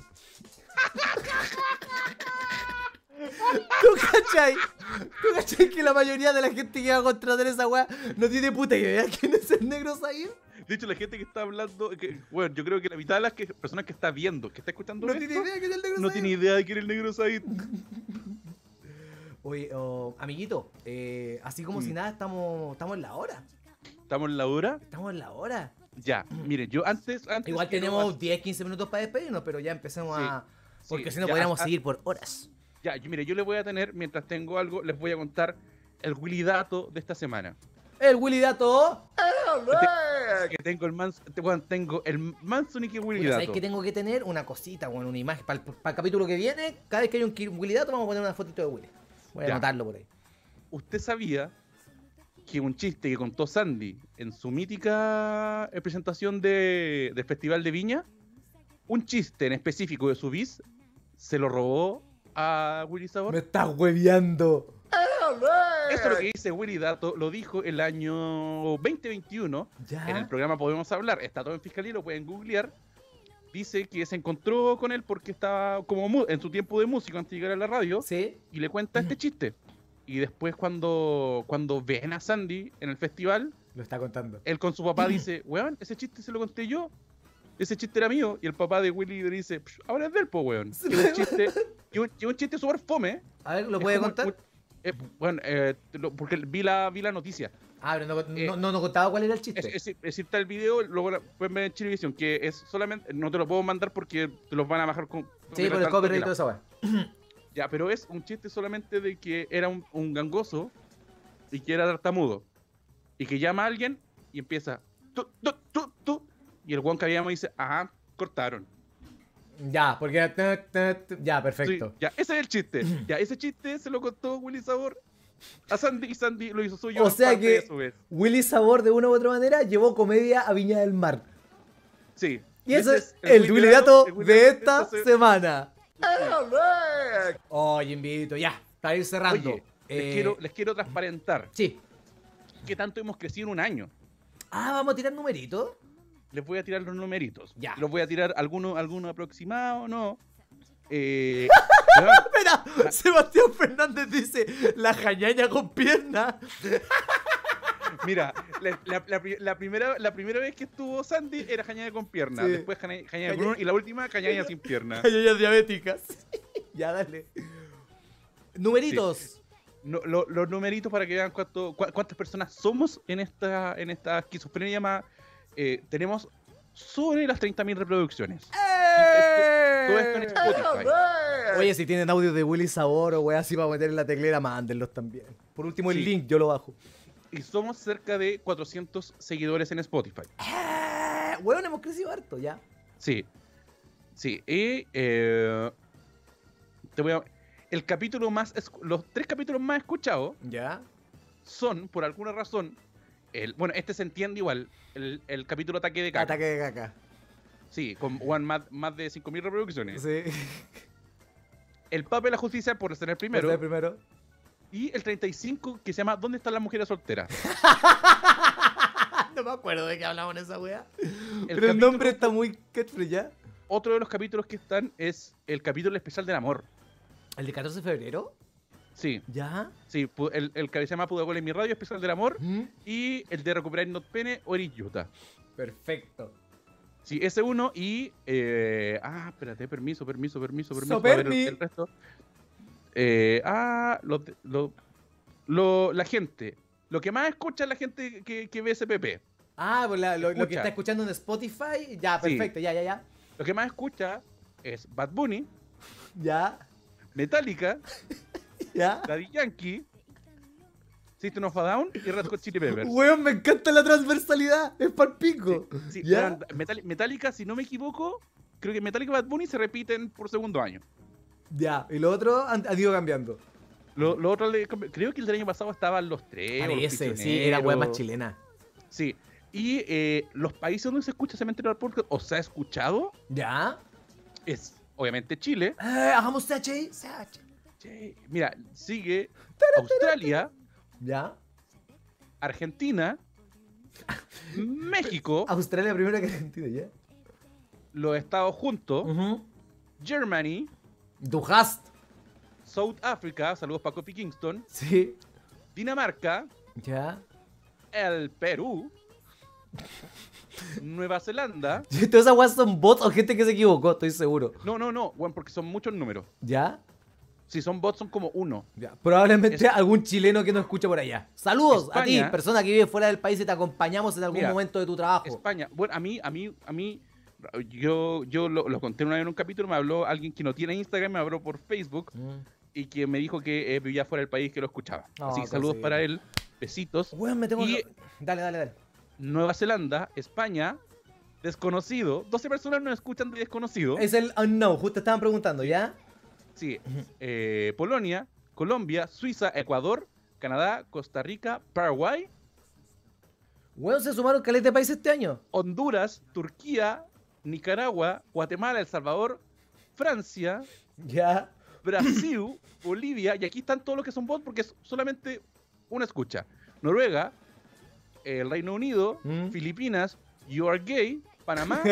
¿Tú cachai? ¿Tú cachai que la mayoría de la gente que va a contratar esa weá no tiene puta idea quién es el negro Said? De hecho, la gente que está hablando, que, bueno, yo creo que la mitad de las que- personas que está viendo, que está escuchando No esto, tiene idea quién es el negro no Said. tiene idea de quién es el negro Said. Oye, oh, amiguito, eh, así como Mm. si nada, estamos, estamos en la hora. ¿Estamos en la hora? Estamos en la hora. Ya, mire, yo antes... antes Igual quiero tenemos hacer- diez, quince minutos para despedirnos, pero ya empecemos Sí, a... Porque sí, si no ya, podríamos a- seguir por horas. Ya, yo, mire, yo les voy a tener, mientras tengo algo, les voy a contar el Willy Dato de esta semana. El Willy Dato. Que tengo el mans, te- bueno, tengo el Manson y que Willy Bueno, ¿sabes Dato. que tengo que tener? Una cosita, bueno, una imagen. Para el, para el capítulo que viene, cada vez que hay un ki- Willy Dato, vamos a poner una fotito de Willy. Voy a Ya. anotarlo por ahí. ¿Usted sabía que un chiste que contó Sandy en su mítica eh, presentación de, del Festival de Viña, un chiste en específico de su bis, se lo robó a Willy Sabor? Me estás hueveando. Eso es lo que dice Willy Dato, lo dijo el año veinte veintiuno. Ya. En el programa Podemos Hablar, está todo en fiscalía, lo pueden googlear. Dice que se encontró con él porque estaba como mu- en su tiempo de músico antes de llegar a la radio Sí. y le cuenta este chiste. Y después cuando, cuando ven a Sandy en el festival, Lo está contando. él con su papá dice, weón, ese chiste se lo conté yo, ese chiste era mío. Y el papá de Willy le dice, "Psh, ahora es del po, weón. Y un chiste, y un, y un chiste súper fome. A ver, ¿lo Es puede como- contar? un- eh, bueno, eh, lo- porque vi la, vi la noticia. Ah, pero no, eh, no, no, no contaba cuál era el chiste. Es, es, es decir, está el video, luego lo pueden ver en Chilevisión, que es solamente, no te lo puedo mandar porque te los van a bajar con... Sí, por el tanto copyright y que toda la- esa weá. Ya, pero es un chiste solamente de que era un, un gangoso y que era tartamudo. Y que llama a alguien y empieza, tú, tú, tú, tú. Y el guan que llama dice, ajá, cortaron. Ya, porque. Ya, Sí, perfecto. ya, ese es el chiste. Ya, ese chiste se lo contó Willy Sabor a Sandy y Sandy lo hizo suyo. O en sea parte que- de su vez. Willy Sabor, de una u otra manera, llevó comedia a Viña del Mar. Sí. Y ese ese es el Willy Dato el Willy de Dato esta se- semana. Oye, invito, ya, para ir cerrando. Oye, les, Eh, quiero, les quiero transparentar Sí. qué tanto hemos crecido en un año. Ah, vamos a tirar numeritos. les voy a tirar los numeritos. Ya. Los voy a tirar algunos algunos aproximados, ¿no? Eh, Espera, Sebastián Fernández dice la jañaña con pierna. mira, la, la- la pri- la primera, la primera vez que estuvo Sandy era jañaña con pierna, Sí. después jaña- jañaña con uno y la última jañaña sin pierna. Jañañas diabéticas. Ya, dale. Numeritos. No, lo- los numeritos para que vean cuánto, cua- cuántas personas somos en esta, en esta esquizofrenia llamada. Eh, tenemos sobre las treinta mil reproducciones. Todo esto en Spotify. Oye, si tienen audio de Willy Sabor o wey así para meter en la teclera, mándenlos también. Por último, el Sí. link, yo lo bajo. Y somos cerca de cuatrocientos seguidores en Spotify. Eh, weón, hemos crecido harto, ya. Sí. Sí. Y eh, te voy a. El capítulo más. esc- Los tres capítulos más escuchados Ya. son, por alguna razón. El, bueno, este se entiende igual. El, el capítulo Ataque de Caca. Ataque de caca. Sí, con one, más, más de cinco mil reproducciones. Sí. El Papa de la Justicia por ser el primero. Primero. primero. Y el treinta y cinco que se llama ¿Dónde están las mujeres solteras? No me acuerdo de qué hablamos en esa wea. El Pero el capítulo- nombre está muy catfree, ¿ya? Otro de los capítulos que están es el capítulo especial del amor. ¿El de catorce de febrero? Sí, ¿Ya? sí, pu- el, el que se llama Pudahuel en mi radio, especial del amor. ¿Mm? Y el de Recuperar Not Pene o Yuta. Perfecto. Sí, ese uno y... eh, ah, espérate, permiso, permiso, permiso, permiso. Sopermi. A ver el, el resto. Eh, ah, los de- lo, lo- la gente. Lo que más escucha es la gente que, que ve S P P. Ah, pues la- lo, lo que Escucha. está escuchando en Spotify. Ya, Sí. perfecto, ya, ya, ya. Lo que más escucha es Bad Bunny, Ya, Metallica, ya. Daddy Yankee, System of a Down y Red Hot Chili Peppers. Weón, me encanta la transversalidad. Es palpico. Sí, ¿Ya? eran Metal- Metallica, si no me equivoco, creo que Metallica y Bad Bunny se repiten por segundo año. Ya, y lo otro han, han ido cambiando. Lo, lo otro, le- creo que el del año pasado estaban los tres. o los Parece, sí, era weá más Prisioneros. chilena. Sí. Y eh, los países donde se escucha Cementerio del Podcast o se ha escuchado ¿Ya? es obviamente Chile. Eh, hagamos C H I. C H I. Che, mira, sigue Australia, ¿Ya? Argentina, México, Australia primero que Argentina, ¿ya? los Estados Juntos, Ujú. Germany, Du hast. South Africa, saludos para Copy Kingston, Sí. Dinamarca, ¿Ya? el Perú, Nueva Zelanda. ¿Todas esas weas son bots o gente que se equivocó? Estoy seguro. No, no, no, bueno, porque son muchos números. ¿Ya? Si son bots, son como uno. Ya. Probablemente Es- algún chileno que nos escuche por allá. Saludos a España. ti, persona que vive fuera del país y te acompañamos en algún Mira, momento de tu trabajo. España. Bueno, a mí, a mí, a mí, yo, yo lo, lo conté una vez en un capítulo, me habló alguien que no tiene Instagram, me habló por Facebook Mm. y que me dijo que eh, vivía fuera del país que lo escuchaba. Ah, Así que saludos cosita. para él, besitos. Weón, me tengo Y- que- Dale, dale, dale. Nueva Zelanda, España, desconocido. doce personas nos escuchan de desconocido. Es el unknown, justo estaban preguntando, ¿ya? Sí. Eh, Polonia, Colombia, Suiza, Ecuador, Canadá, Costa Rica, Paraguay, Weón, se sumaron caleta de países este año. Honduras, Turquía, Nicaragua, Guatemala, El Salvador, Francia, Ya. Brasil, Bolivia, y aquí están todos los que son bots porque es solamente una escucha. Noruega, el Reino Unido, Mm. Filipinas, You Are Gay, Panamá,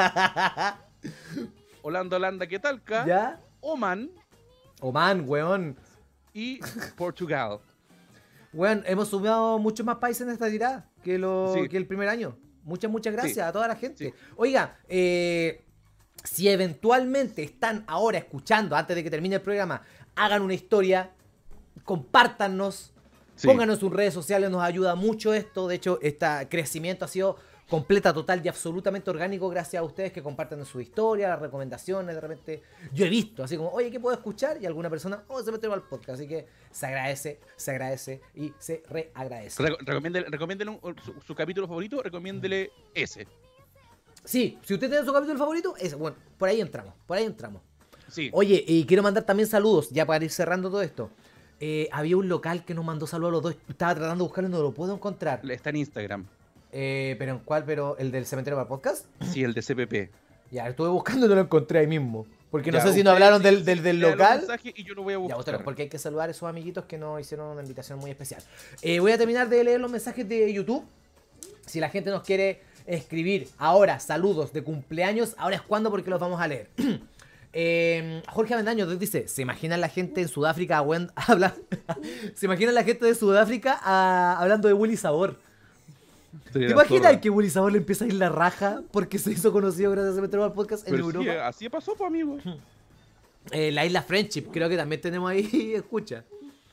Holanda, Holanda, ¿qué talca? ¿Ya? Oman Oman, weón. y Portugal. Weón, hemos sumado muchos más países en esta tirada que, lo, Sí. que el primer año. Muchas, muchas gracias Sí. a toda la gente. Sí. Oiga, eh, si eventualmente están ahora escuchando, antes de que termine el programa, hagan una historia, compártanos, Sí. pónganos en sus redes sociales, nos ayuda mucho esto. De hecho, este crecimiento ha sido completa, total y absolutamente orgánico gracias a ustedes que comparten su historia, las recomendaciones, de repente yo he visto, así como, oye, ¿qué puedo escuchar? Y alguna persona, oh, se metió al podcast, así que se agradece, se agradece y se reagradece. Re- recomiéndele, recomiéndele un- su, su capítulo favorito, recomiéndele ese. Sí, si usted tiene su capítulo favorito, ese, bueno, por ahí entramos, por ahí entramos. Sí. Oye, y quiero mandar también saludos, ya para ir cerrando todo esto. Eh, había un local que nos mandó saludos a los dos, estaba tratando de buscarlo y no lo puedo encontrar. Está en Instagram. Eh, ¿Pero en cuál? ¿Pero el del cementerio para el podcast? Sí, el de C P P. Ya, estuve buscando y no lo encontré ahí mismo. Porque no Ya, sé si nos ustedes hablaron sí- del, sí, del, del lean los local. mensajes y yo lo voy a Ya, buscar. bueno, porque hay que saludar a esos amiguitos que nos hicieron una invitación muy especial. Eh, voy a terminar de leer los mensajes de YouTube. Si la gente nos quiere escribir ahora saludos de cumpleaños, ahora es cuando porque los vamos a leer. Eh, Jorge Avendaño nos dice, ¿se imaginan la gente en Sudáfrica hablan- habla- ¿Se imaginan la gente de Sudáfrica ah, hablando de Willy Sabor? ¿Te imaginas que Willy Sabor le empieza a ir la raja porque se hizo conocido gracias a meterlo al podcast en Pero sí, Europa? así pasó, pues, amigo. Eh, la isla Friendship, creo que también tenemos ahí, escucha.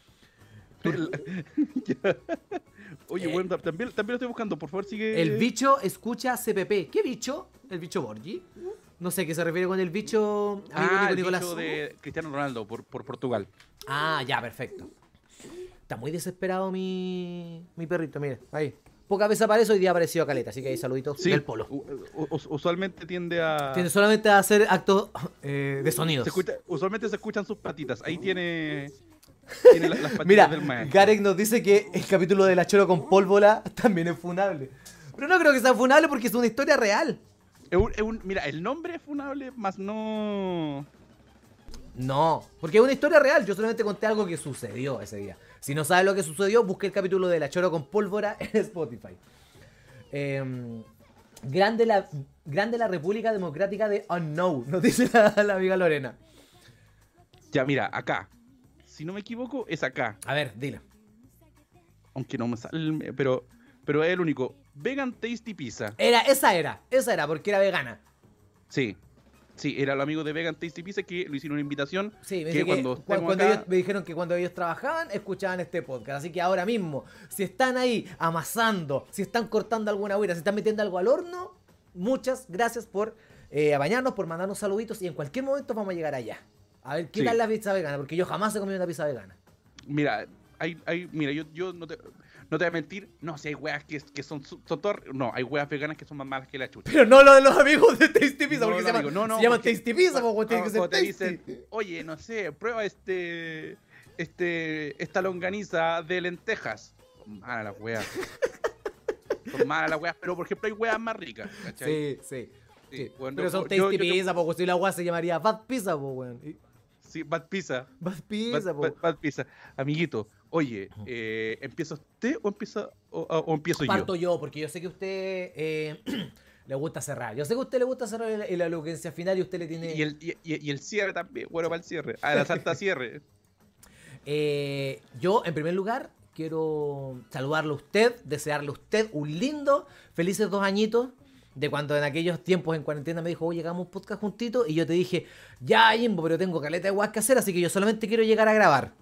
Ya. Oye, Eh, bueno, también, también lo estoy buscando, por favor, sigue. El bicho escucha C P P. ¿Qué bicho? ¿El bicho Borgi? No sé qué se refiere con el bicho amigo Ah, Nico el Nicolás. bicho de Cristiano Ronaldo por, por Portugal. Ah, ya, perfecto. Está muy desesperado mi, mi perrito, mire, ahí. Pocas veces aparece, hoy día apareció a caleta, así que ahí saluditos Sí, del polo. u- u- usualmente tiende a. Tiene solamente a hacer actos eh, de sonidos. Se escucha- usualmente se escuchan sus patitas. Ahí tiene. Tiene la- las patitas Mira, del maestro. Garek nos dice que el capítulo de la Choro con pólvora también es funable. Pero no creo que sea funable porque es una historia real. Es un- es un- mira, el nombre es funable, más no. No, porque es una historia real. Yo solamente conté algo que sucedió ese día. Si no sabes lo que sucedió, busque el capítulo de La Choro con pólvora en Spotify. Eh, grande, la, grande la República Democrática de Unknown, nos dice la, la amiga Lorena. Ya, mira, acá. Si no me equivoco, es acá. A ver, dile. Aunque no me sale. el- Pero, pero es el único. Vegan Tasty Pizza. Era, esa era, esa era, porque era vegana. Sí. Sí, era el amigo de Vegan Tasty Pizza que lo hicieron una invitación. Sí, me, que dice que cuando cu- estemos cuando acá- ellos, me dijeron que cuando ellos trabajaban, escuchaban este podcast. Así que ahora mismo, si están ahí amasando, si están cortando alguna huira, si están metiendo algo al horno, muchas gracias por eh, apañarnos, por mandarnos saluditos y en cualquier momento vamos a llegar allá. A ver, ¿qué Sí. tal la pizza vegana? Porque yo jamás he comido una pizza vegana. Mira, hay, hay, mira, yo, yo no, te, no te voy a mentir. No, si hay weas que, que son, su- son todas- No, hay weas veganas que son más malas que la chucha. Pero no lo de los amigos de Tasty Pizza, No, porque no, se, amigo, llaman, no, no, se llaman porque Tasty Pizza, cuando- porque tiene que ser cuando te tasty. dicen, oye, no sé, prueba este, este, esta longaniza de lentejas. Son malas las weas. Son malas las weas, pero por ejemplo hay weas más ricas, ¿cachai? Sí, sí. Sí, sí. bueno, Pero son yo- Tasty yo te- Pizza, porque si la agua se llamaría Bad Pizza, po, weón. Y- Sí, bad pizza. Bad Bad, Pizza, po. bad- bad pizza. Amiguito, oye, eh, ¿empieza usted o empieza o, o- o empiezo Parto yo? yo, porque yo sé que a usted eh, le gusta cerrar. Yo sé que a usted le gusta cerrar en la, en la elocuencia final y usted le tiene... Y el, y, y- y el cierre también, bueno, para el cierre. A la salta cierre. Eh, yo, en primer lugar, quiero saludarle a usted, desearle a usted un lindo, felices dos añitos, de cuando en aquellos tiempos en cuarentena me dijo, oye, hagamos un podcast juntito, y yo te dije, ya, Jimbo, pero tengo caleta de guas que hacer, así que yo solamente quiero llegar a grabar.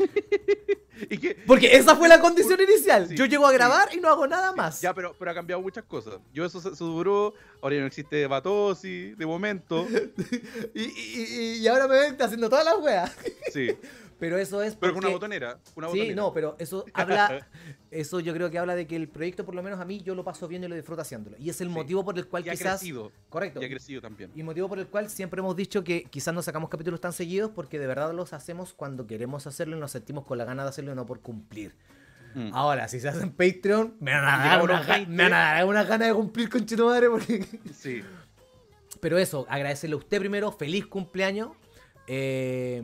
¿Y qué? Porque esa fue la condición inicial. Sí, yo llego a sí. grabar y no hago nada más. Ya, pero, pero ha cambiado muchas cosas. Yo eso, eso duró, ahora ya no existe Batosi, de momento. Y, y- y- y ahora me ven haciendo todas las weas. Sí. Pero eso es Pero con una porque- botonera. Una Sí, botonera. no, pero eso habla, eso yo creo que habla de que el proyecto, por lo menos a mí, yo lo paso bien y lo disfruto haciéndolo. Y es el Sí. motivo por el cual Y ha quizás... crecido. Correcto. Y ha crecido también. Y motivo por el cual siempre hemos dicho que quizás no sacamos capítulos tan seguidos porque de verdad los hacemos cuando queremos hacerlo y nos sentimos con la gana de hacerlo y no por cumplir. Mm. Ahora, si se hacen Patreon, me van a dar Llegamos a una, los ga- veinte. me van a dar una gana de cumplir con Chino Madre porque... Sí. Pero eso, agradecerle a usted primero, feliz cumpleaños. Eh...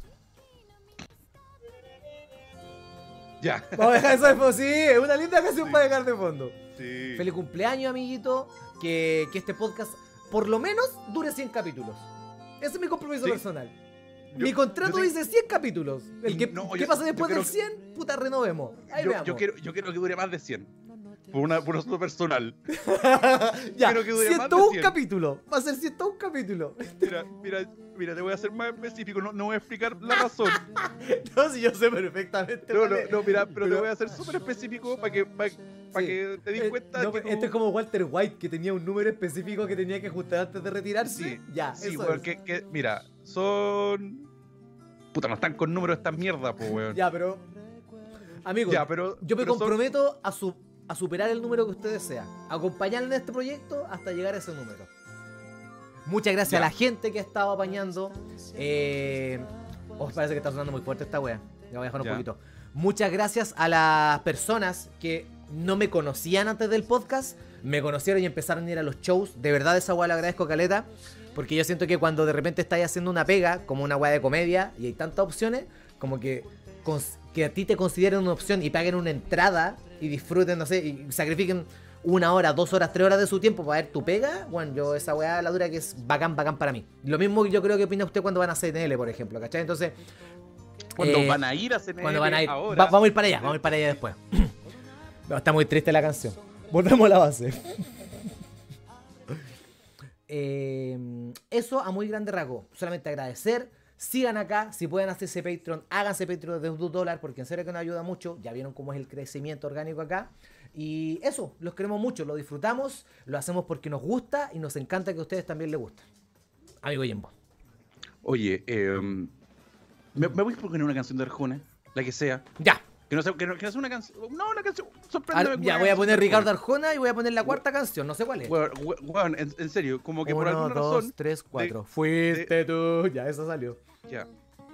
Ya. Vamos a dejar eso de fondo, sí, es una linda canción Sí. para dejar de fondo. Sí. Feliz cumpleaños, amiguito. Que, que este podcast por lo menos dure cien capítulos. Ese es mi compromiso Sí. personal. Yo- mi contrato yo sé- dice cien capítulos. El que, No, ¿Qué yo- pasa yo después quiero del que- cien? Puta, renovemos. Ahí Yo, veamos. yo quiero, yo quiero que dure más de cien. Por, una, por un asunto personal. ya, quiero que dure más de ciento uno cien. capítulos. Va a ser ciento uno capítulos. Mira, mira, mira, te voy a hacer más específico. No, no voy a explicar la razón. no, si yo sé perfectamente. No, cuál no, es. no, mira, pero, te Pero- voy a hacer súper específico para que, para, para Sí. que te des Eh, cuenta no, que tú... Esto es como Walter White, que tenía un número específico que tenía que ajustar antes de retirarse. Sí, ya, sí, eso weón, es. que, que, mira, son... Puta, no están con números estas mierdas, pues, weón. Ya, pero. Amigos, Ya, pero- yo me pero son- comprometo a, su, a superar el número que usted desea. Acompañarle en este proyecto hasta llegar a ese número. Muchas gracias Ya. a la gente que ha estado apañando. Eh, oh, parece que está sonando muy fuerte esta wea. Ya voy a dejar un Ya. poquito. Muchas gracias a las personas que no me conocían antes del podcast. Me conocieron y empezaron a ir a los shows. De verdad, esa wea le agradezco, caleta. Porque yo siento que cuando de repente estáis haciendo una pega, como una wea de comedia, y hay tantas opciones, como que, cons- que a ti te consideren una opción y paguen una entrada y disfruten, no sé, y sacrifiquen una hora, dos horas, tres horas de su tiempo para ver tu pega, bueno, yo esa weá la dura que es bacán, bacán para mí. Lo mismo yo creo que opina usted cuando van a C N L, por ejemplo, ¿cachai? Entonces, Cuando eh, van a ir a C N L cuando van a ir, ahora. va- vamos a ir para allá, vamos a ir para allá después. No, está muy triste la canción. Volvemos a la base. Eh, eso a muy grande rasgo. Solamente agradecer. Sigan acá. Si pueden hacerse Patreon, háganse Patreon de un dólar porque en serio que nos ayuda mucho. Ya vieron cómo es el crecimiento orgánico acá. Y eso, los queremos mucho, lo disfrutamos, lo hacemos porque nos gusta y nos encanta que a ustedes también les guste. Amigo Jimbo. Oye, eh, ¿me, ¿me voy a poner una canción de Arjona? La que sea. Ya. Que no sea, que no, que no sea una canción. No, una canción. Ar- Sorpréndeme. ya con voy a una poner canción de Ricardo Arjona. Arjona y voy a poner la cuarta canción, no sé cuál es. Weón, we- weón, en, en serio, como que por Uno, alguna dos, razón. tres, cuatro. de- Fuiste tú. Ya, eso salió. Ya,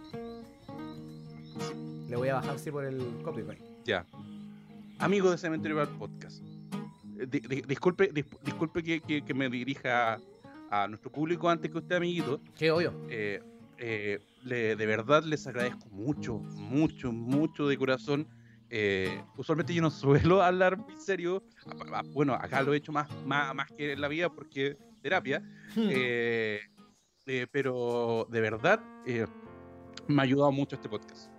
Le voy a bajar sí por el copyright. ya. Amigo de Cementerio Bar Podcast. Eh, di- di- disculpe, dis- disculpe que, que- que me dirija a, a nuestro público antes que usted, amiguito. Qué obvio. Eh, eh, le- de verdad les agradezco mucho, mucho, mucho de corazón. Eh, usualmente yo no suelo hablar muy serio. A- a- Bueno, acá lo he hecho más, más, más que en la vida porque terapia. Hmm. Eh, eh, pero de verdad eh, me ha ayudado mucho este podcast.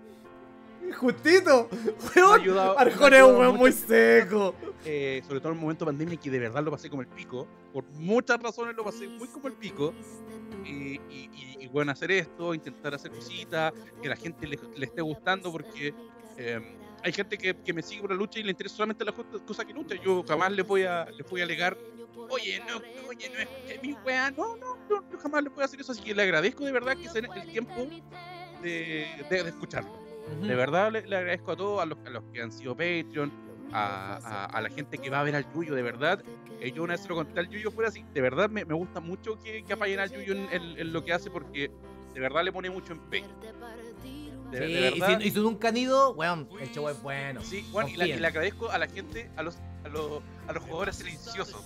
Justito. Me ha Weón. ayudado, Arjona me ha es un ayudado weón muy mucho, seco. eh, sobre todo en el momento de pandemia que de verdad lo pasé como el pico. Por muchas razones lo pasé muy como el pico. Y, y, y- y, bueno, hacer esto, intentar hacer cositas, que la gente le, le esté gustando, porque eh, hay gente que, que me sigue por la lucha y le interesa solamente la cosa que lucha. Yo jamás les voy a, les voy a alegar, oye, no, oye, no es mi weá, no, no, no, yo jamás les voy a hacer eso, así que le agradezco de verdad que se den el tiempo de, de, de escucharlo. Ujú. De verdad le, le agradezco a todos, a los, a los que han sido Patreon, a, a, a la gente que va a ver al Yuyo, de verdad. Eh, yo una vez se lo conté al Yuyo, fuera así, de verdad me, me gusta mucho que, que apoyen al Yuyo en, en- en lo que hace, porque de verdad le pone mucho empeño. De, Sí, de y, verdad. si, y si nunca han ido, weón, el show es bueno. Sí, bueno, y, la- y Confíen. le agradezco a la gente, a los, a los, a los jugadores silenciosos.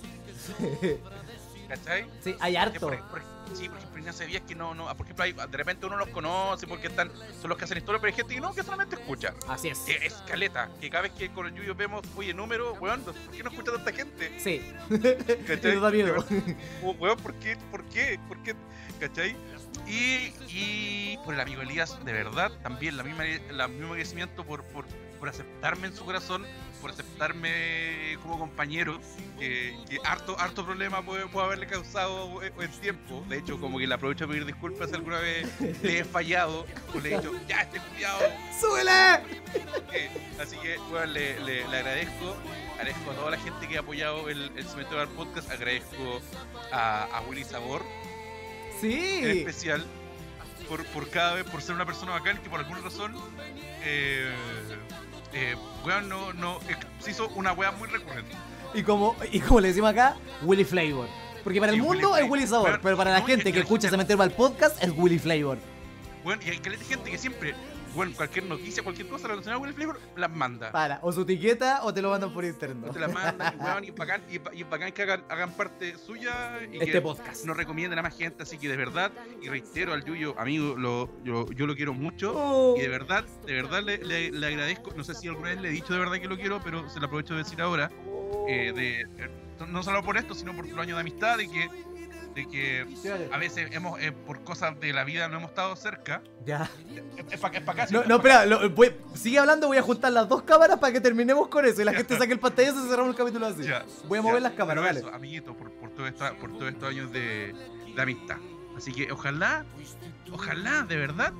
¿Cachai? Sí, hay Que harto. por, por- sí, por ejemplo, Ignacio Díaz que no, no, por ejemplo, hay- de repente uno los conoce porque están, son los que hacen historia, pero hay gente que no, que solamente escucha. Así es. Que es caleta, que cada vez que con el Yuyo vemos, oye, número, weón, ¿por qué no escucha tanta gente? Sí. ¿Cachai? Eso da miedo. Como, weón, ¿por qué? ¿Por qué? ¿Por qué? ¿Cachai? Y, y por el amigo Elías, de verdad, también la misma, la mismo agradecimiento por, por, por aceptarme en su corazón, por aceptarme como compañero, que, que harto, harto problema puede, puede haberle causado en en tiempo. De hecho, como que le aprovecho a pedir disculpas si alguna vez le he fallado, o le he dicho, ya, esté cuidado. ¡Súbele! Eh, así que, bueno, le, le, le agradezco. Agradezco a toda la gente que ha apoyado el, el Cementerio Bar Podcast. Agradezco a, a Willy Sabor, en Sí. especial, por, por cada vez, por ser una persona bacán que por alguna razón, eh, eh, weón, no, no, eh, se hizo una wea muy recurrente. Y como, y como le decimos acá, Willy Flavor. Porque para el Sí, Willy mundo es Flavor. Willy Sabor, Bueno, pero para la no, gente y- que y- escucha y- Se Meterva al podcast es Willy Flavor. Bueno, y hay caleta de gente que siempre, bueno, cualquier noticia, cualquier cosa relacionada a Willy Flavor, las manda. Para, o su etiqueta o te lo mandan por interno. No te la mandan, y, weón, y es bacán, y, ba- y es bacán que hagan, hagan parte suya y Este que podcast. nos recomienden a más gente, así que de verdad, y reitero al Yuyo, amigo, lo, yo, yo lo quiero mucho, Oh. y de verdad, de verdad le, le- le agradezco, no sé si alguna vez le he dicho de verdad que lo quiero, pero se lo aprovecho de decir ahora, eh, de, eh, no solo por esto, sino por los años de amistad, de que, de que a veces hemos, eh, por cosas de la vida no hemos estado cerca, Ya. es para acá, No, es no, pa' acá. espera, lo- voy- sigue hablando, voy a juntar las dos cámaras para que terminemos con eso y la gente saque el pantallazo y cerramos el capítulo así. Ya, Voy a mover ya, las cámaras, pero dale. eso, amiguito, por, por, todo esta- por todos estos años de, de amistad. Así que ojalá, ojalá, de verdad,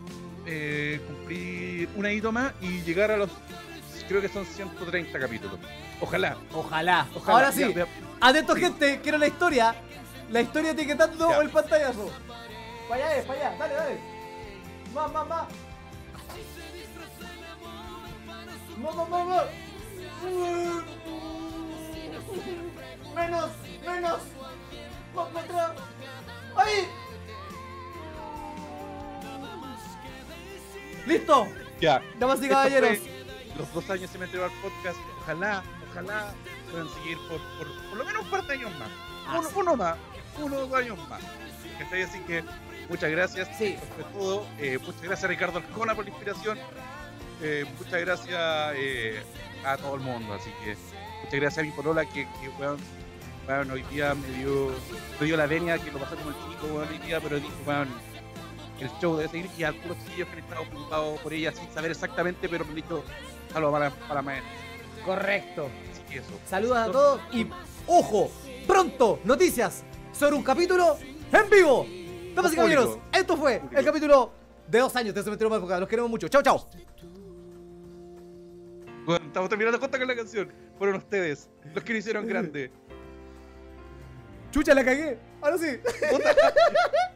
eh, cumplir un añito más y llegar a los, creo que son ciento treinta capítulos. Ojalá. Ojalá. Ojalá. Ahora sí, Ya, ya. atento Sí. gente, quiero la historia. La historia etiquetando Ya. o el pantallazo. Para allá, es, para allá, dale, dale. Más, más, más. Más, más, más, más. Menos, menos. Más para atrás. ¡Ahí! ¡Listo! Ya. Damas y Esto caballeros. fue los dos años se me entregó al podcast. Ojalá, ojalá puedan seguir por, por, por lo menos un par de años más. Uno, Ah, uno más, uno o dos años más. ¿Cachai? Así que muchas gracias. Sí. Esto fue todo. Eh, muchas gracias a Ricardo Arjona por la inspiración. Eh, muchas gracias eh, a todo el mundo. Así que Muchas gracias a mi polola que, que weón, weón, hoy día me dio, me dio la venia que lo pasé como el chico, weón, hoy día, pero dije, weón, el show debe seguir y a algunos chiquillos que han estado preocupados por ella sin saber exactamente, pero me han dicho, saludos para, para la maestra. Correcto. Así que eso. Saludos a todos y ojo, pronto, noticias sobre un capítulo en vivo. Damas y caballeros, esto fue el capítulo de dos años de Cementerio Mágico. Los queremos mucho. Chao, chao. Bueno, estamos terminando justo con la canción. Fueron ustedes los que lo hicieron grande. Chucha, la cagué. Ahora sí. Puta.